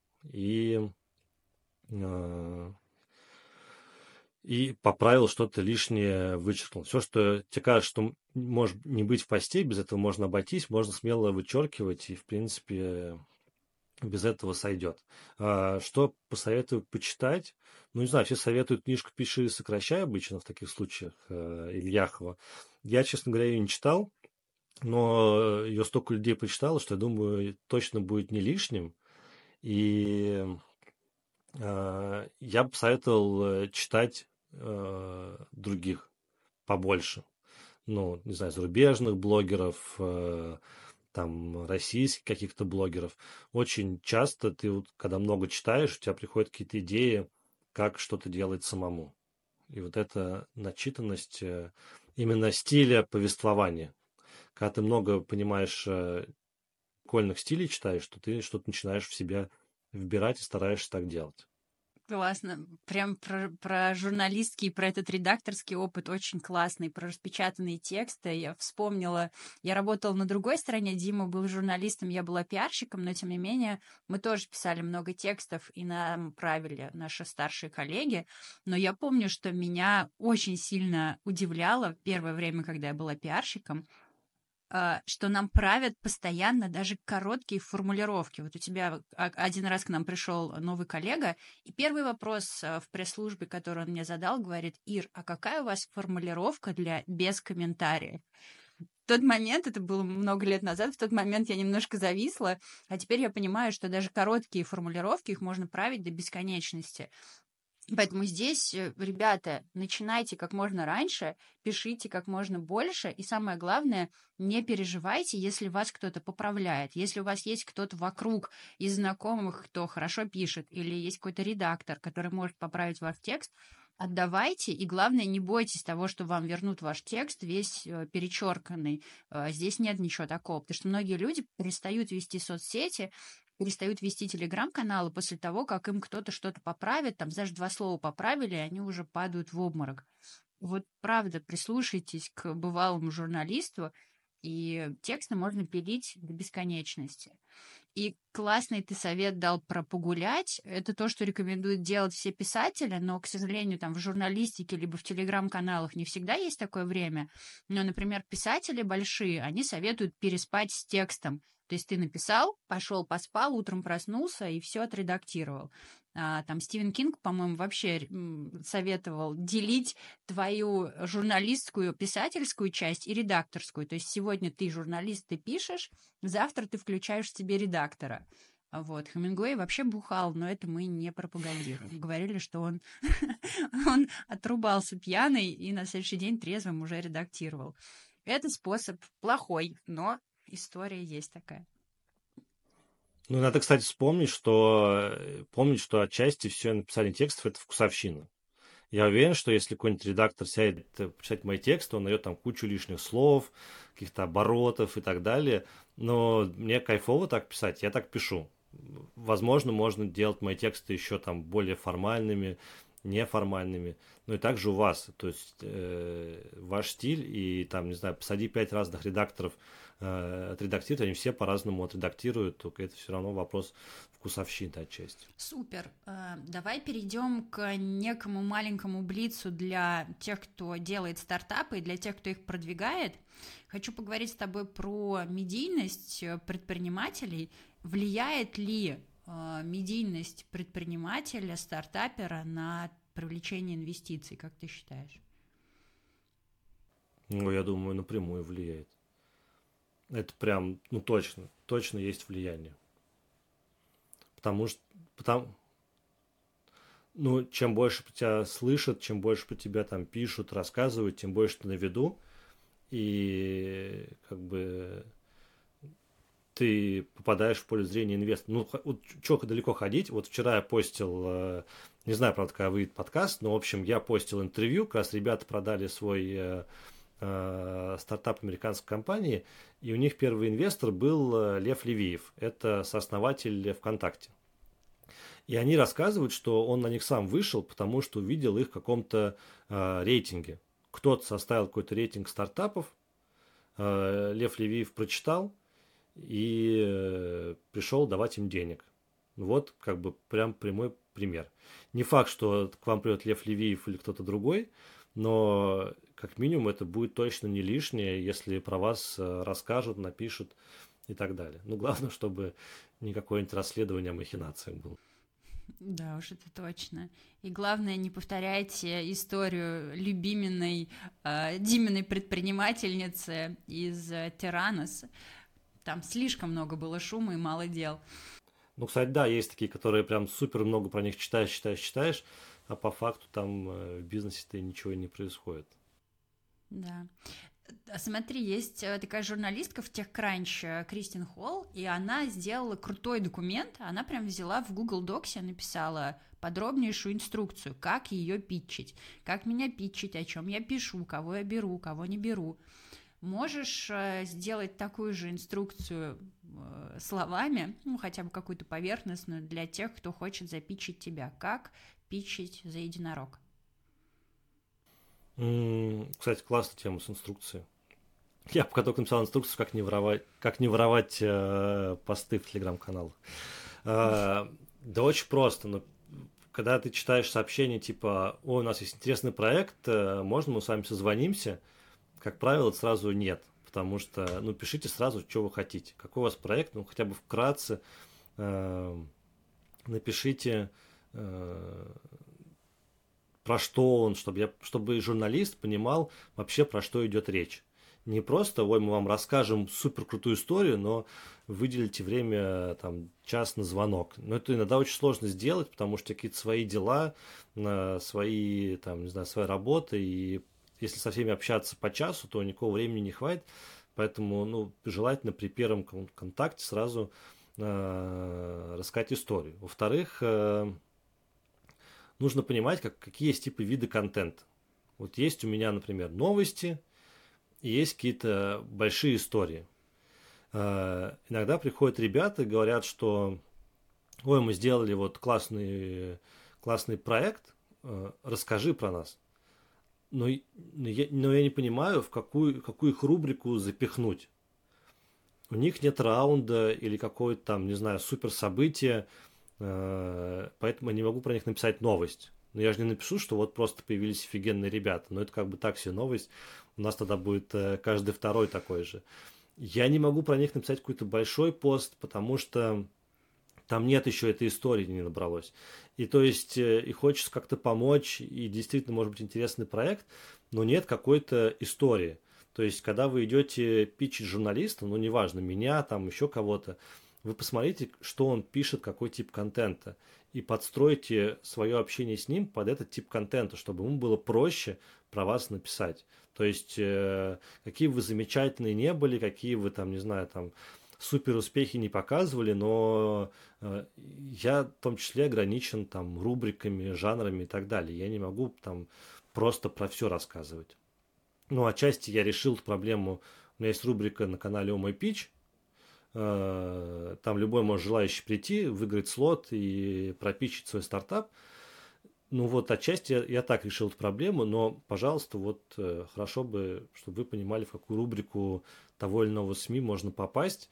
и поправил что-то лишнее, вычеркнул. Все, что тебе кажется, что может не быть в посте, без этого можно обойтись, можно смело вычеркивать, и, в принципе, без этого сойдет. Что посоветую почитать? Ну, не знаю, все советуют книжку «Пиши и сокращай» обычно в таких случаях, Ильяхова. Я, честно говоря, ее не читал, но ее столько людей прочитало, что я думаю, точно будет не лишним. И я бы советовал читать других побольше. Ну, не знаю, зарубежных блогеров, там, российских каких-то блогеров. Очень часто ты, вот, когда много читаешь, у тебя приходят какие-то идеи, как что-то делать самому. И вот эта начитанность именно стиля повествования. Когда ты много понимаешь прикольных стилей читаешь, то ты что-то начинаешь в себя вбирать и стараешься так делать.
Классно. Прям про журналистский, про этот редакторский опыт очень классный, про распечатанные тексты. Я вспомнила, я работала на другой стороне, Дима был журналистом, я была пиарщиком, но тем не менее мы тоже писали много текстов, и нам правили наши старшие коллеги. Но я помню, что меня очень сильно удивляло в первое время, когда я была пиарщиком, что нам правят постоянно даже короткие формулировки. Вот у тебя один раз к нам пришел новый коллега, и первый вопрос в пресс-службе, который он мне задал, говорит: Ир, а какая у вас формулировка для «без комментариев»? В тот момент, это было много лет назад, в тот момент я немножко зависла, а теперь я понимаю, что даже короткие формулировки, их можно править до бесконечности. Поэтому здесь, ребята, начинайте как можно раньше, пишите как можно больше, и самое главное, не переживайте, если вас кто-то поправляет, если у вас есть кто-то вокруг из знакомых, кто хорошо пишет, или есть какой-то редактор, который может поправить ваш текст, отдавайте, и главное, не бойтесь того, что вам вернут ваш текст весь перечерканный. Здесь нет ничего такого, потому что многие люди перестают вести соцсети, перестают вести телеграм-каналы после того, как им кто-то что-то поправит, там даже 2 слова поправили, и они уже падают в обморок. Вот правда, прислушайтесь к бывалому журналисту, и тексты можно пилить до бесконечности. И классный ты совет дал про погулять. Это то, что рекомендуют делать все писатели, но, к сожалению, там в журналистике либо в телеграм-каналах не всегда есть такое время. Но, например, писатели большие, они советуют переспать с текстом. То есть ты написал, пошел поспал, утром проснулся и все отредактировал. Там Стивен Кинг, по-моему, вообще советовал делить твою журналистскую, писательскую часть и редакторскую. То есть сегодня ты журналист, ты пишешь, завтра ты включаешь в себе редактора. Вот. Хемингуэй вообще бухал, но это мы не пропагандируем. Говорили, что он отрубался пьяный и на следующий день трезвым уже редактировал. Это способ плохой, но история есть такая.
Ну, надо, кстати, помнить, что отчасти все написание текстов – это вкусовщина. Я уверен, что если какой-нибудь редактор сядет писать мои тексты, он найдет там кучу лишних слов, каких-то оборотов и так далее. Но мне кайфово так писать, я так пишу. Возможно, можно делать мои тексты еще там более формальными, неформальными. Ну и также у вас. То есть ваш стиль и там, не знаю, посади 5 разных редакторов отредактировать, они все по-разному отредактируют, только это все равно вопрос вкусовщины отчасти.
Супер. Давай перейдем к некому маленькому блицу для тех, кто делает стартапы, и для тех, кто их продвигает. Хочу поговорить с тобой про медийность предпринимателей. Влияет ли медийность предпринимателя, стартапера на привлечение инвестиций, как ты считаешь?
Ну, я думаю, напрямую влияет. Это прям, точно есть влияние. Потому что, чем больше тебя слышат, чем больше про тебя там пишут, рассказывают, тем больше ты на виду. И как бы ты попадаешь в поле зрения инвестора. Вот что далеко ходить. Вот вчера я постил, не знаю, правда, когда выйдет подкаст, но, в общем, я постил интервью, как раз ребята продали свой стартап американской компании, и у них первый инвестор был Лев Левиев, это сооснователь ВКонтакте. И они рассказывают, что он на них сам вышел, потому что увидел их в каком-то рейтинге. Кто-то составил какой-то рейтинг стартапов, Лев Левиев прочитал и пришел давать им денег. Вот как бы прям прямой пример. Не факт, что к вам придет Лев Левиев или кто-то другой, но как минимум это будет точно не лишнее, если про вас расскажут, напишут и так далее. Главное, чтобы не какое-нибудь расследование о махинациях было.
Да уж, это точно. И главное, не повторяйте историю любименной Диминой предпринимательницы из Тиранос. Там слишком много было шума и мало дел.
Кстати, да, есть такие, которые прям супер много про них читаешь, а по факту там в бизнесе-то ничего не происходит.
Да. Смотри, есть такая журналистка в TechCrunch Кристин Холл, и она сделала крутой документ. Она прям взяла в Google Docs, написала подробнейшую инструкцию, как ее питчить, как меня питчить, о чем я пишу, кого я беру, кого не беру. Можешь сделать такую же инструкцию словами, ну, хотя бы какую-то поверхностную для тех, кто хочет запичить тебя. Как питчить за единорог?
Кстати, классная тема с инструкцией. Я пока только написал инструкцию, как не воровать посты в телеграм-каналах. Да очень просто. Но когда ты читаешь сообщение типа: «О, у нас есть интересный проект, можно мы с вами созвонимся?» Как правило, сразу нет. Потому что, ну, пишите сразу, что вы хотите. Какой у вас проект, ну, хотя бы вкратце напишите, про что он, чтобы журналист понимал вообще, про что идет речь. Не просто: ой, мы вам расскажем супер крутую историю, но выделите время, там, час на звонок. Но это иногда очень сложно сделать, потому что какие-то свои дела, свои, там, не знаю, своя работа, и если со всеми общаться по часу, то никакого времени не хватит. Поэтому, ну, желательно при первом контакте сразу рассказать историю. Во-вторых, нужно понимать, какие есть типы виды контента. Вот есть у меня, например, новости, и есть какие-то большие истории. Иногда приходят ребята и говорят, что: ой, мы сделали вот классный проект, расскажи про нас. Но я не понимаю, в какую их рубрику запихнуть. У них нет раунда или какое-то там, не знаю, супер событие, поэтому я не могу про них написать новость. Но я же не напишу, что вот просто появились офигенные ребята. Но это как бы так себе новость. У нас тогда будет каждый второй такой же. Я не могу про них написать какой-то большой пост, потому что там нет еще этой истории, не набралось. И то есть и хочется как-то помочь, и действительно может быть интересный проект, но нет какой-то истории. То есть, когда вы идете питчить журналиста, ну, неважно, меня, там, еще кого-то, вы посмотрите, что он пишет, какой тип контента, и подстройте свое общение с ним под этот тип контента, чтобы ему было проще про вас написать. То есть, какие бы вы замечательные не были, какие вы там, не знаю, там, супер успехи не показывали, но я в том числе ограничен там рубриками, жанрами и так далее. Я не могу там просто про все рассказывать. Ну, отчасти я решил эту проблему. У меня есть рубрика на канале «О мой пич». Там любой может желающий прийти, выиграть слот и пропичить свой стартап. Ну вот, отчасти я так решил эту проблему, но, пожалуйста, вот хорошо бы, чтобы вы понимали, в какую рубрику того или иного СМИ можно попасть.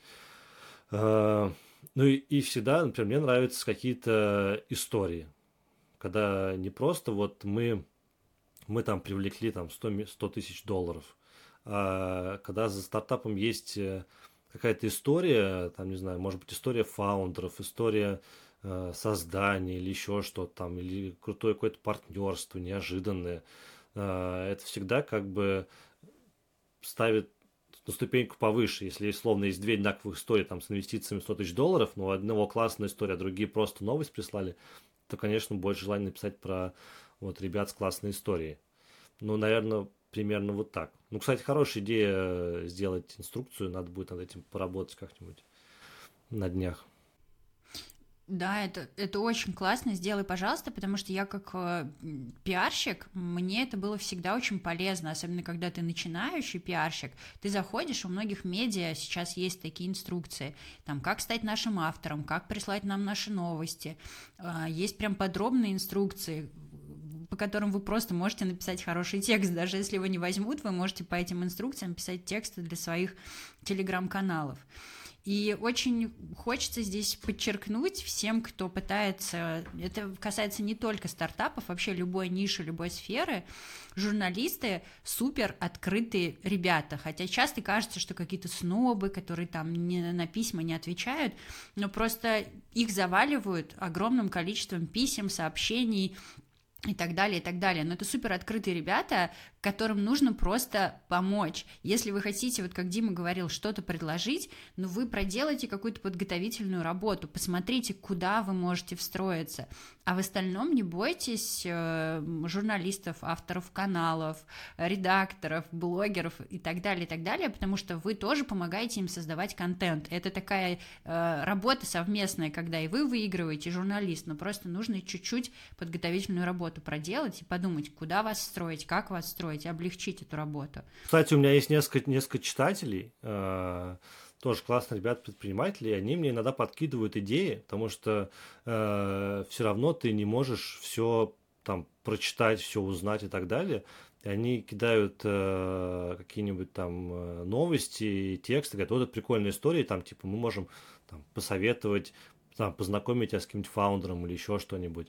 Ну и всегда, например, мне нравятся какие-то истории, когда не просто вот мы там привлекли там 100 тысяч долларов, а когда за стартапом есть какая-то история, там, не знаю, может быть, история фаундеров, история создания или еще что-то там, или крутое какое-то партнерство, неожиданное. Это всегда как бы ставит на ступеньку повыше. Если условно есть две одинаковых истории там, с инвестициями 100 тысяч долларов, но у одного классная история, а другие просто новость прислали, то, конечно, больше желания написать про вот ребят с классной историей. Ну, наверное, примерно вот так. Ну, кстати, хорошая идея сделать инструкцию, надо будет над этим поработать как-нибудь на днях.
Да, это очень классно, сделай, пожалуйста, потому что я как пиарщик, мне это было всегда очень полезно, особенно когда ты начинающий пиарщик, ты заходишь, у многих медиа сейчас есть такие инструкции, там, как стать нашим автором, как прислать нам наши новости, есть прям подробные инструкции, по которым вы просто можете написать хороший текст, даже если его не возьмут, вы можете по этим инструкциям писать тексты для своих телеграм-каналов. И очень хочется здесь подчеркнуть всем, кто пытается, это касается не только стартапов, вообще любой ниши, любой сферы, журналисты супер открытые ребята, хотя часто кажется, что какие-то снобы, которые там на письма не отвечают, но просто их заваливают огромным количеством писем, сообщений, и так далее, и так далее. Но это супер открытые ребята, которым нужно просто помочь. Если вы хотите, вот как Дима говорил, что-то предложить, ну вы проделайте какую-то подготовительную работу, посмотрите, куда вы можете встроиться. А в остальном не бойтесь журналистов, авторов каналов, редакторов, блогеров и так далее, потому что вы тоже помогаете им создавать контент. Это такая работа совместная, когда и вы выигрываете, и журналист, но просто нужно чуть-чуть подготовительную работу работу проделать и подумать, куда вас строить, как вас строить, и облегчить эту работу.
Кстати, у меня есть несколько читателей, тоже классные ребята-предприниматели, и они мне иногда подкидывают идеи, потому что все равно ты не можешь все там прочитать, все узнать и так далее. И они кидают какие-нибудь там новости, тексты, говорят, вот это прикольная история, там типа мы можем там, посоветовать, там, познакомить тебя с каким-нибудь фаундером или еще что-нибудь.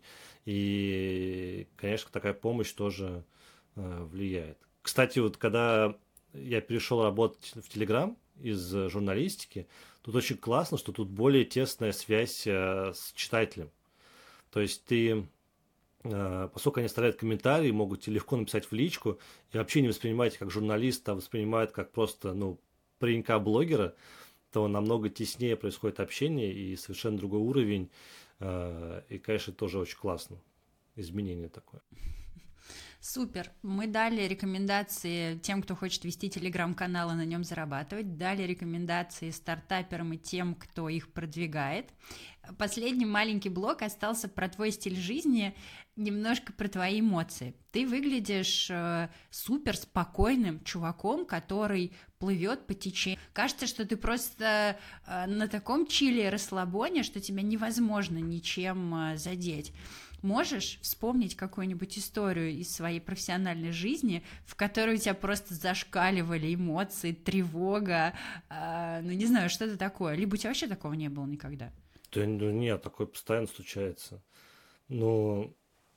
И, конечно, такая помощь тоже влияет. Кстати, вот когда я перешел работать в Telegram из журналистики, тут очень классно, что тут более тесная связь с читателем. То есть ты, поскольку они оставляют комментарии, могут тебе легко написать в личку, и вообще не воспринимаете как журналиста, а воспринимают как просто, ну, паренька-блогера, то намного теснее происходит общение и совершенно другой уровень. И, конечно, тоже очень классно. Изменение такое.
Супер. Мы дали рекомендации тем, кто хочет вести телеграм-канал и на нем зарабатывать. Дали рекомендации стартаперам и тем, кто их продвигает. Последний маленький блок остался про твой стиль жизни, немножко про твои эмоции. Ты выглядишь супер спокойным чуваком, который плывет по течению. Кажется, что ты просто на таком чиле и расслабоне, что тебя невозможно ничем задеть. Можешь вспомнить какую-нибудь историю из своей профессиональной жизни, в которой у тебя просто зашкаливали эмоции, тревога, ну не знаю, что-то такое? Либо у тебя вообще такого не было никогда?
Да ну, нет, такое постоянно случается. Ну,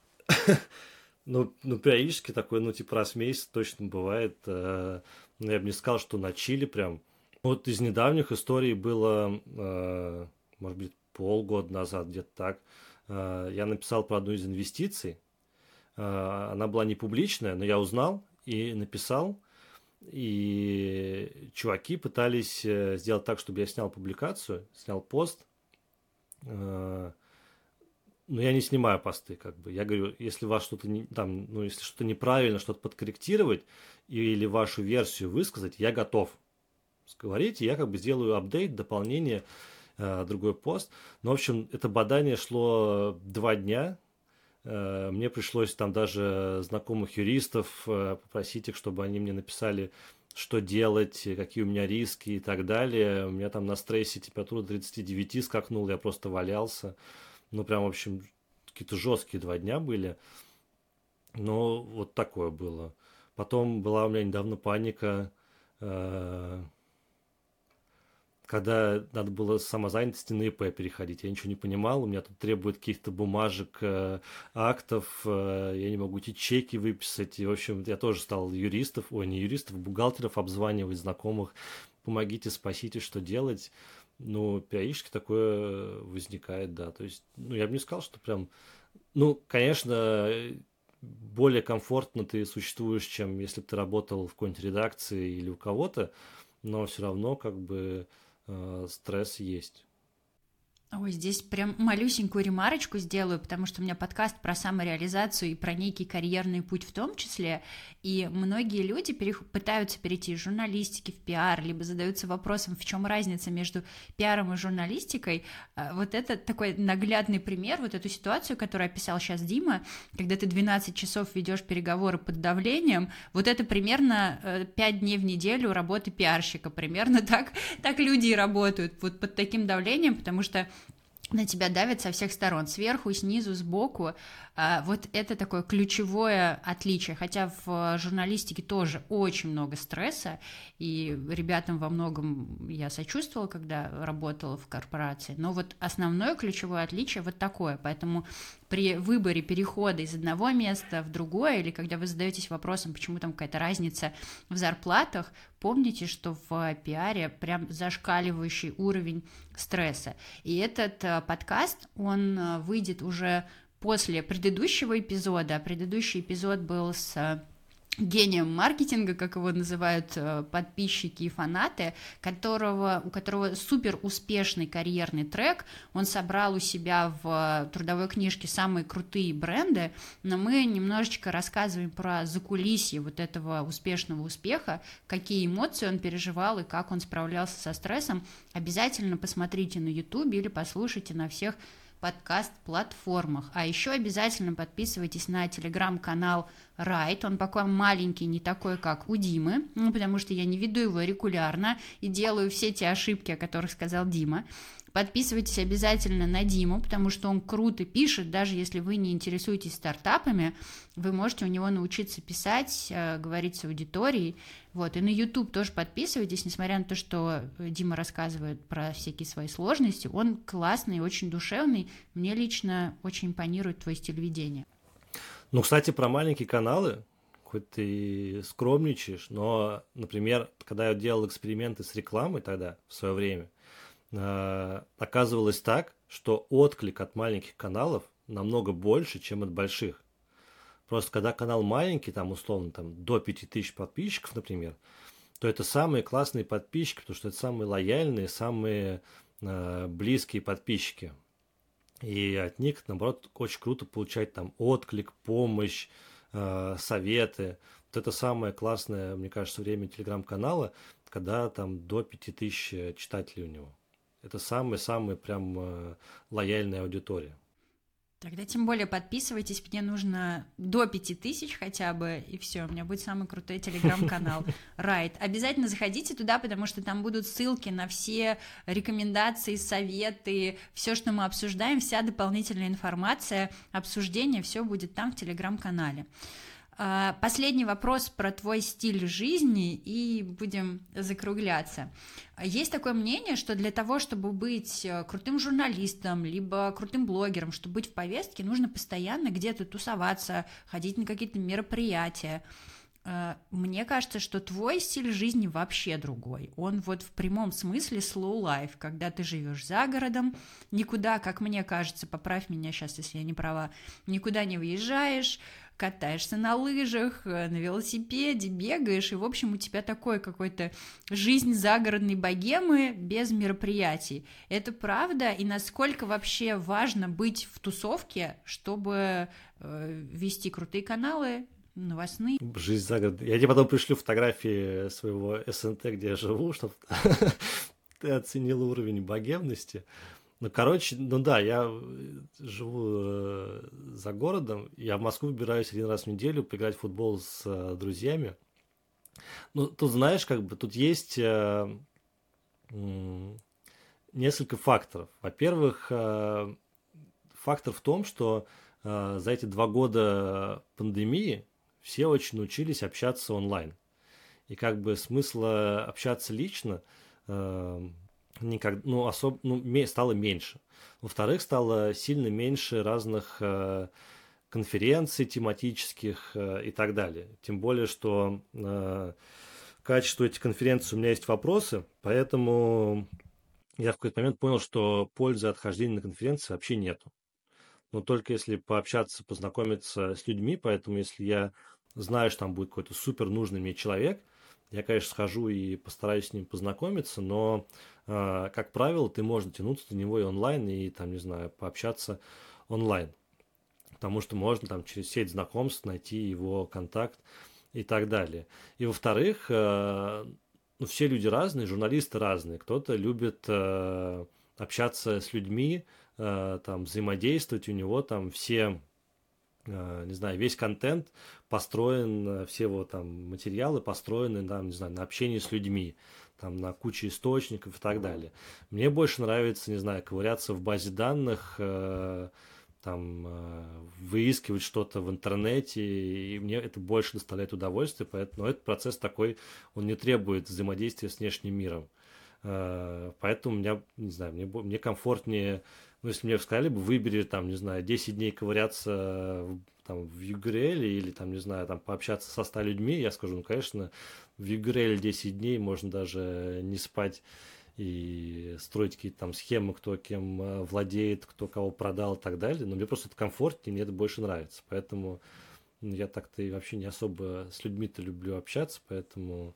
ну, периодически такой, ну, типа раз в месяц точно бывает. Но я бы не сказал, что на чили прям. Вот из недавних историй было, может быть, полгода назад, где-то так. Я написал про одну из инвестиций. Она была не публичная, но я узнал и написал. И чуваки пытались сделать так, чтобы я снял публикацию, снял пост. Но я не снимаю посты, как бы. Я говорю, если у вас что-то не, там, ну, если что-то неправильно, что-то подкорректировать или вашу версию высказать, я готов. Говорите, я как бы сделаю апдейт, дополнение, другой пост. Ну, в общем, это бадание шло 2 дня. Мне пришлось там даже знакомых юристов попросить их, чтобы они мне написали, что делать, какие у меня риски и так далее. У меня там на стрессе температура 39 скакнула, я просто валялся. Ну, прям, в общем, какие-то жесткие 2 дня были. Но вот такое было. Потом была у меня недавно паника, когда надо было с самозанятости на ИП переходить. Я ничего не понимал, у меня тут требуют каких-то бумажек, актов, я не могу эти чеки выписать. И, в общем, я тоже стал бухгалтеров обзванивать, знакомых. Помогите, спасите, что делать. Ну, периодически такое возникает, да. То есть, ну, я бы не сказал, что прям... Ну, конечно, более комфортно ты существуешь, чем если бы ты работал в какой-нибудь редакции или у кого-то, но все равно как бы стресс есть.
Ой, здесь прям малюсенькую ремарочку сделаю, потому что у меня подкаст про самореализацию и про некий карьерный путь в том числе, и многие люди пытаются перейти из журналистики в пиар, либо задаются вопросом, в чем разница между пиаром и журналистикой. Вот это такой наглядный пример, вот эту ситуацию, которую описал сейчас Дима, когда ты 12 часов ведешь переговоры под давлением, вот это примерно 5 дней в неделю работы пиарщика, примерно так люди и работают, вот под таким давлением, потому что на тебя давят со всех сторон, сверху, снизу, сбоку. Вот это такое ключевое отличие, хотя в журналистике тоже очень много стресса, и ребятам во многом я сочувствовала, когда работала в корпорации, но вот основное ключевое отличие вот такое, поэтому при выборе перехода из одного места в другое, или когда вы задаетесь вопросом, почему там какая-то разница в зарплатах, помните, что в пиаре прям зашкаливающий уровень стресса. И этот подкаст, он выйдет уже после предыдущего эпизода. Предыдущий эпизод был с гением маркетинга, как его называют подписчики и фанаты, у которого супер успешный карьерный трек, он собрал у себя в трудовой книжке самые крутые бренды, но мы немножечко рассказываем про закулисье вот этого успешного успеха, какие эмоции он переживал и как он справлялся со стрессом. Обязательно посмотрите на YouTube или послушайте на всех подкаст-платформах. А еще обязательно подписывайтесь на телеграм-канал Right. Он пока маленький, не такой, как у Димы, потому что я не веду его регулярно и делаю все те ошибки, о которых сказал Дима. Подписывайтесь обязательно на Диму, потому что он круто пишет, даже если вы не интересуетесь стартапами, вы можете у него научиться писать, говорить с аудиторией. Вот. И на YouTube тоже подписывайтесь, несмотря на то, что Дима рассказывает про всякие свои сложности, он классный, очень душевный, мне лично очень импонирует твой стиль ведения.
Ну, кстати, про маленькие каналы, хоть ты скромничаешь, но, например, когда я делал эксперименты с рекламой тогда, в свое время, оказывалось так, что отклик от маленьких каналов намного больше, чем от больших. Просто когда канал маленький, там условно там, до 5000 подписчиков, например, то это самые классные подписчики, потому что это самые лояльные, самые близкие подписчики. И от них, наоборот, очень круто получать там отклик, помощь, советы. Вот это самое классное, мне кажется, время телеграм-канала, когда там до 5000 читателей у него. Это самая-самая прям лояльная аудитория.
Тогда тем более подписывайтесь, мне нужно до 5000 хотя бы, и все, у меня будет самый крутой телеграм-канал Right. Обязательно заходите туда, потому что там будут ссылки на все рекомендации, советы, все, что мы обсуждаем, вся дополнительная информация, обсуждение, все будет там в телеграм-канале. Последний вопрос про твой стиль жизни, и будем закругляться. Есть такое мнение, что для того, чтобы быть крутым журналистом, либо крутым блогером, чтобы быть в повестке, нужно постоянно где-то тусоваться, ходить на какие-то мероприятия. Мне кажется, что твой стиль жизни вообще другой. Он вот в прямом смысле slow life, когда ты живешь за городом, никуда, как мне кажется, поправь меня сейчас, если я не права, никуда не выезжаешь, катаешься на лыжах, на велосипеде, бегаешь, и, в общем, у тебя такой какой-то жизнь загородной богемы без мероприятий. Это правда? И насколько вообще важно быть в тусовке, чтобы вести крутые каналы, новостные?
Жизнь загородная. Я тебе потом пришлю фотографии своего СНТ, где я живу, чтобы ты оценил уровень богемности. Ну, короче, ну да, я живу за городом, я в Москву выбираюсь один раз в неделю поиграть в футбол с друзьями. Ну, тут, знаешь, как бы, тут есть несколько факторов. Во-первых, фактор в том, что за эти 2 года пандемии все очень научились общаться онлайн. И как бы смысла общаться лично стало меньше. Во-вторых, стало сильно меньше разных конференций тематических и так далее. Тем более, что к качеству этих конференций у меня есть вопросы, поэтому я в какой-то момент понял, что пользы от хождения на конференции вообще нету. Но только если пообщаться, познакомиться с людьми, поэтому если я знаю, что там будет какой-то супер нужный мне человек, я, конечно, схожу и постараюсь с ним познакомиться, но, как правило, ты можешь тянуться до него и онлайн, и, там, не знаю, пообщаться онлайн. Потому что можно там через сеть знакомств найти его контакт и так далее. И, во-вторых, все люди разные, журналисты разные. Кто-то любит общаться с людьми, там, взаимодействовать, у него там все... не знаю, весь контент построен, все его там материалы построены, там, не знаю, на общении с людьми, там, на куче источников и так далее. Мне больше нравится, не знаю, ковыряться в базе данных, там, выискивать что-то в интернете, и мне это больше доставляет удовольствие, поэтому этот процесс такой, он не требует взаимодействия с внешним миром. Поэтому меня, не знаю, мне комфортнее. Ну, если мне сказали бы, выбери, там, не знаю, 10 дней ковыряться там, в UGRL или, там, не знаю, там, пообщаться со 100 людьми, я скажу, ну, конечно, в UGRL 10 дней можно даже не спать и строить какие-то там схемы, кто кем владеет, кто кого продал и так далее. Но мне просто это комфортнее, мне это больше нравится. Поэтому я так-то и вообще не особо с людьми-то люблю общаться, поэтому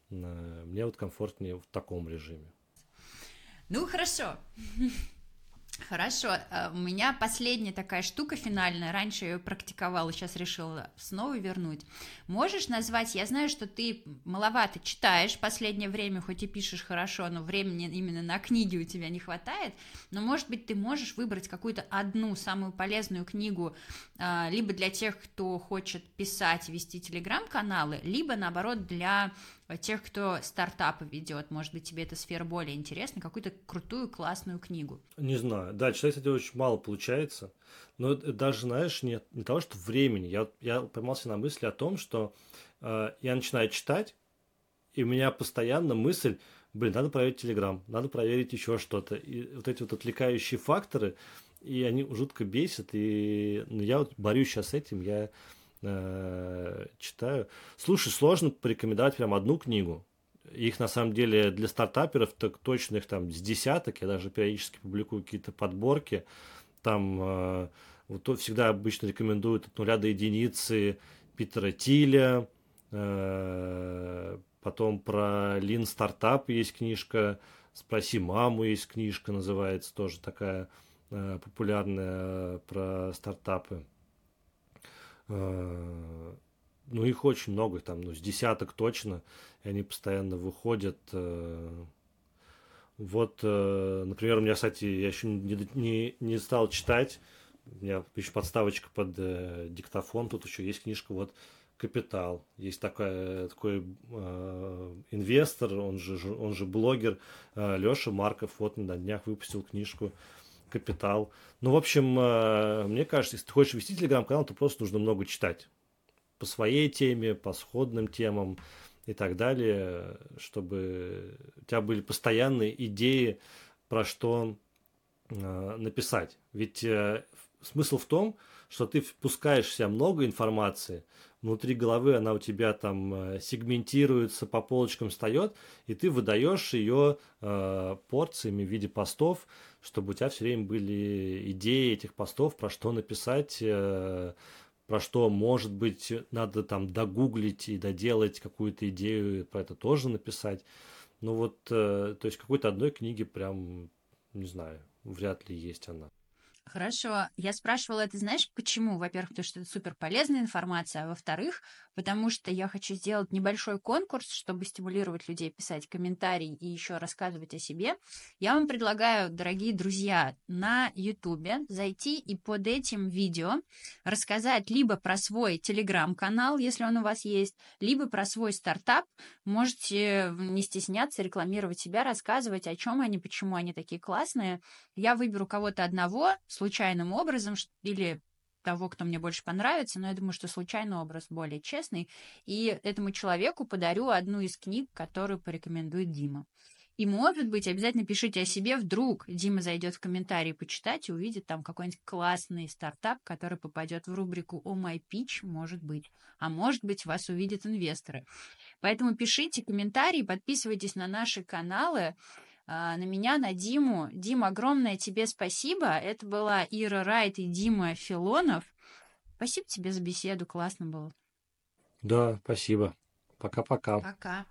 мне вот комфортнее в таком режиме.
Ну, хорошо. Хорошо, у меня последняя такая штука финальная. Раньше я ее практиковала, сейчас решила снова вернуть. Можешь назвать, я знаю, что ты маловато читаешь в последнее время, хоть и пишешь хорошо, но времени именно на книги у тебя не хватает, но, может быть, ты можешь выбрать какую-то одну самую полезную книгу, либо для тех, кто хочет писать, вести телеграм-каналы, либо, наоборот, для тех, кто стартапы ведет, может быть, тебе эта сфера более интересна, какую-то крутую, классную книгу.
Не знаю. Да, читать, кстати, очень мало получается. Но это даже, знаешь, не того, что времени. Я поймался на мысли о том, что я начинаю читать, и у меня постоянно мысль, блин, надо проверить Телеграм, надо проверить еще что-то. И вот эти вот отвлекающие факторы, и они жутко бесят. И ну, я вот борюсь сейчас с этим, я читаю. Слушай, сложно порекомендовать прям одну книгу. Их на самом деле для стартаперов так точно их там с десяток. Я даже периодически публикую какие-то подборки. Там вот то всегда обычно рекомендуют от нуля до единицы Питера Тиля. Потом про Lean стартап есть книжка. Спроси маму есть книжка, называется, тоже такая популярная про стартапы. Ну, их очень много, там, ну, с десяток точно, и они постоянно выходят. Вот, например, у меня, кстати, я еще не стал читать, у меня еще подставочка под диктофон, тут еще есть книжка, вот, «Капитал». Есть такой инвестор, он же блогер, Леша Марков, вот, на днях выпустил книжку «Капитал». Ну, в общем, мне кажется, если ты хочешь вести телеграм-канал, то просто нужно много читать по своей теме, по сходным темам и так далее, чтобы у тебя были постоянные идеи, про что написать. Ведь смысл в том, что ты впускаешь в себя много информации, внутри головы она у тебя там сегментируется, по полочкам встает, и ты выдаешь ее порциями в виде постов, чтобы у тебя все время были идеи этих постов, про что написать, про что, может быть, надо там догуглить и доделать какую-то идею, про это тоже написать. Ну вот, то есть какой-то одной книги прям, не знаю, вряд ли есть она.
Хорошо. Я спрашивала это, знаешь, почему? Во-первых, потому что это супер полезная информация, а во-вторых, потому что я хочу сделать небольшой конкурс, чтобы стимулировать людей писать комментарии и еще рассказывать о себе. Я вам предлагаю, дорогие друзья, на Ютубе зайти и под этим видео рассказать либо про свой телеграм-канал, если он у вас есть, либо про свой стартап. Можете не стесняться рекламировать себя, рассказывать, о чем они, почему они такие классные. Я выберу кого-то одного случайным образом или того, кто мне больше понравится, но я думаю, что случайный образ более честный, и этому человеку подарю одну из книг, которую порекомендует Дима. И, может быть, обязательно пишите о себе, вдруг Дима зайдет в комментарии почитать и увидит там какой-нибудь классный стартап, который попадет в рубрику «Oh my pitch», может быть. А может быть, вас увидят инвесторы. Поэтому пишите комментарии, подписывайтесь на наши каналы, на меня, на Диму. Дима, огромное тебе спасибо. Это была Ира Райт и Дима Филонов. Спасибо тебе за беседу, классно было.
Да, спасибо. Пока-пока.
Пока.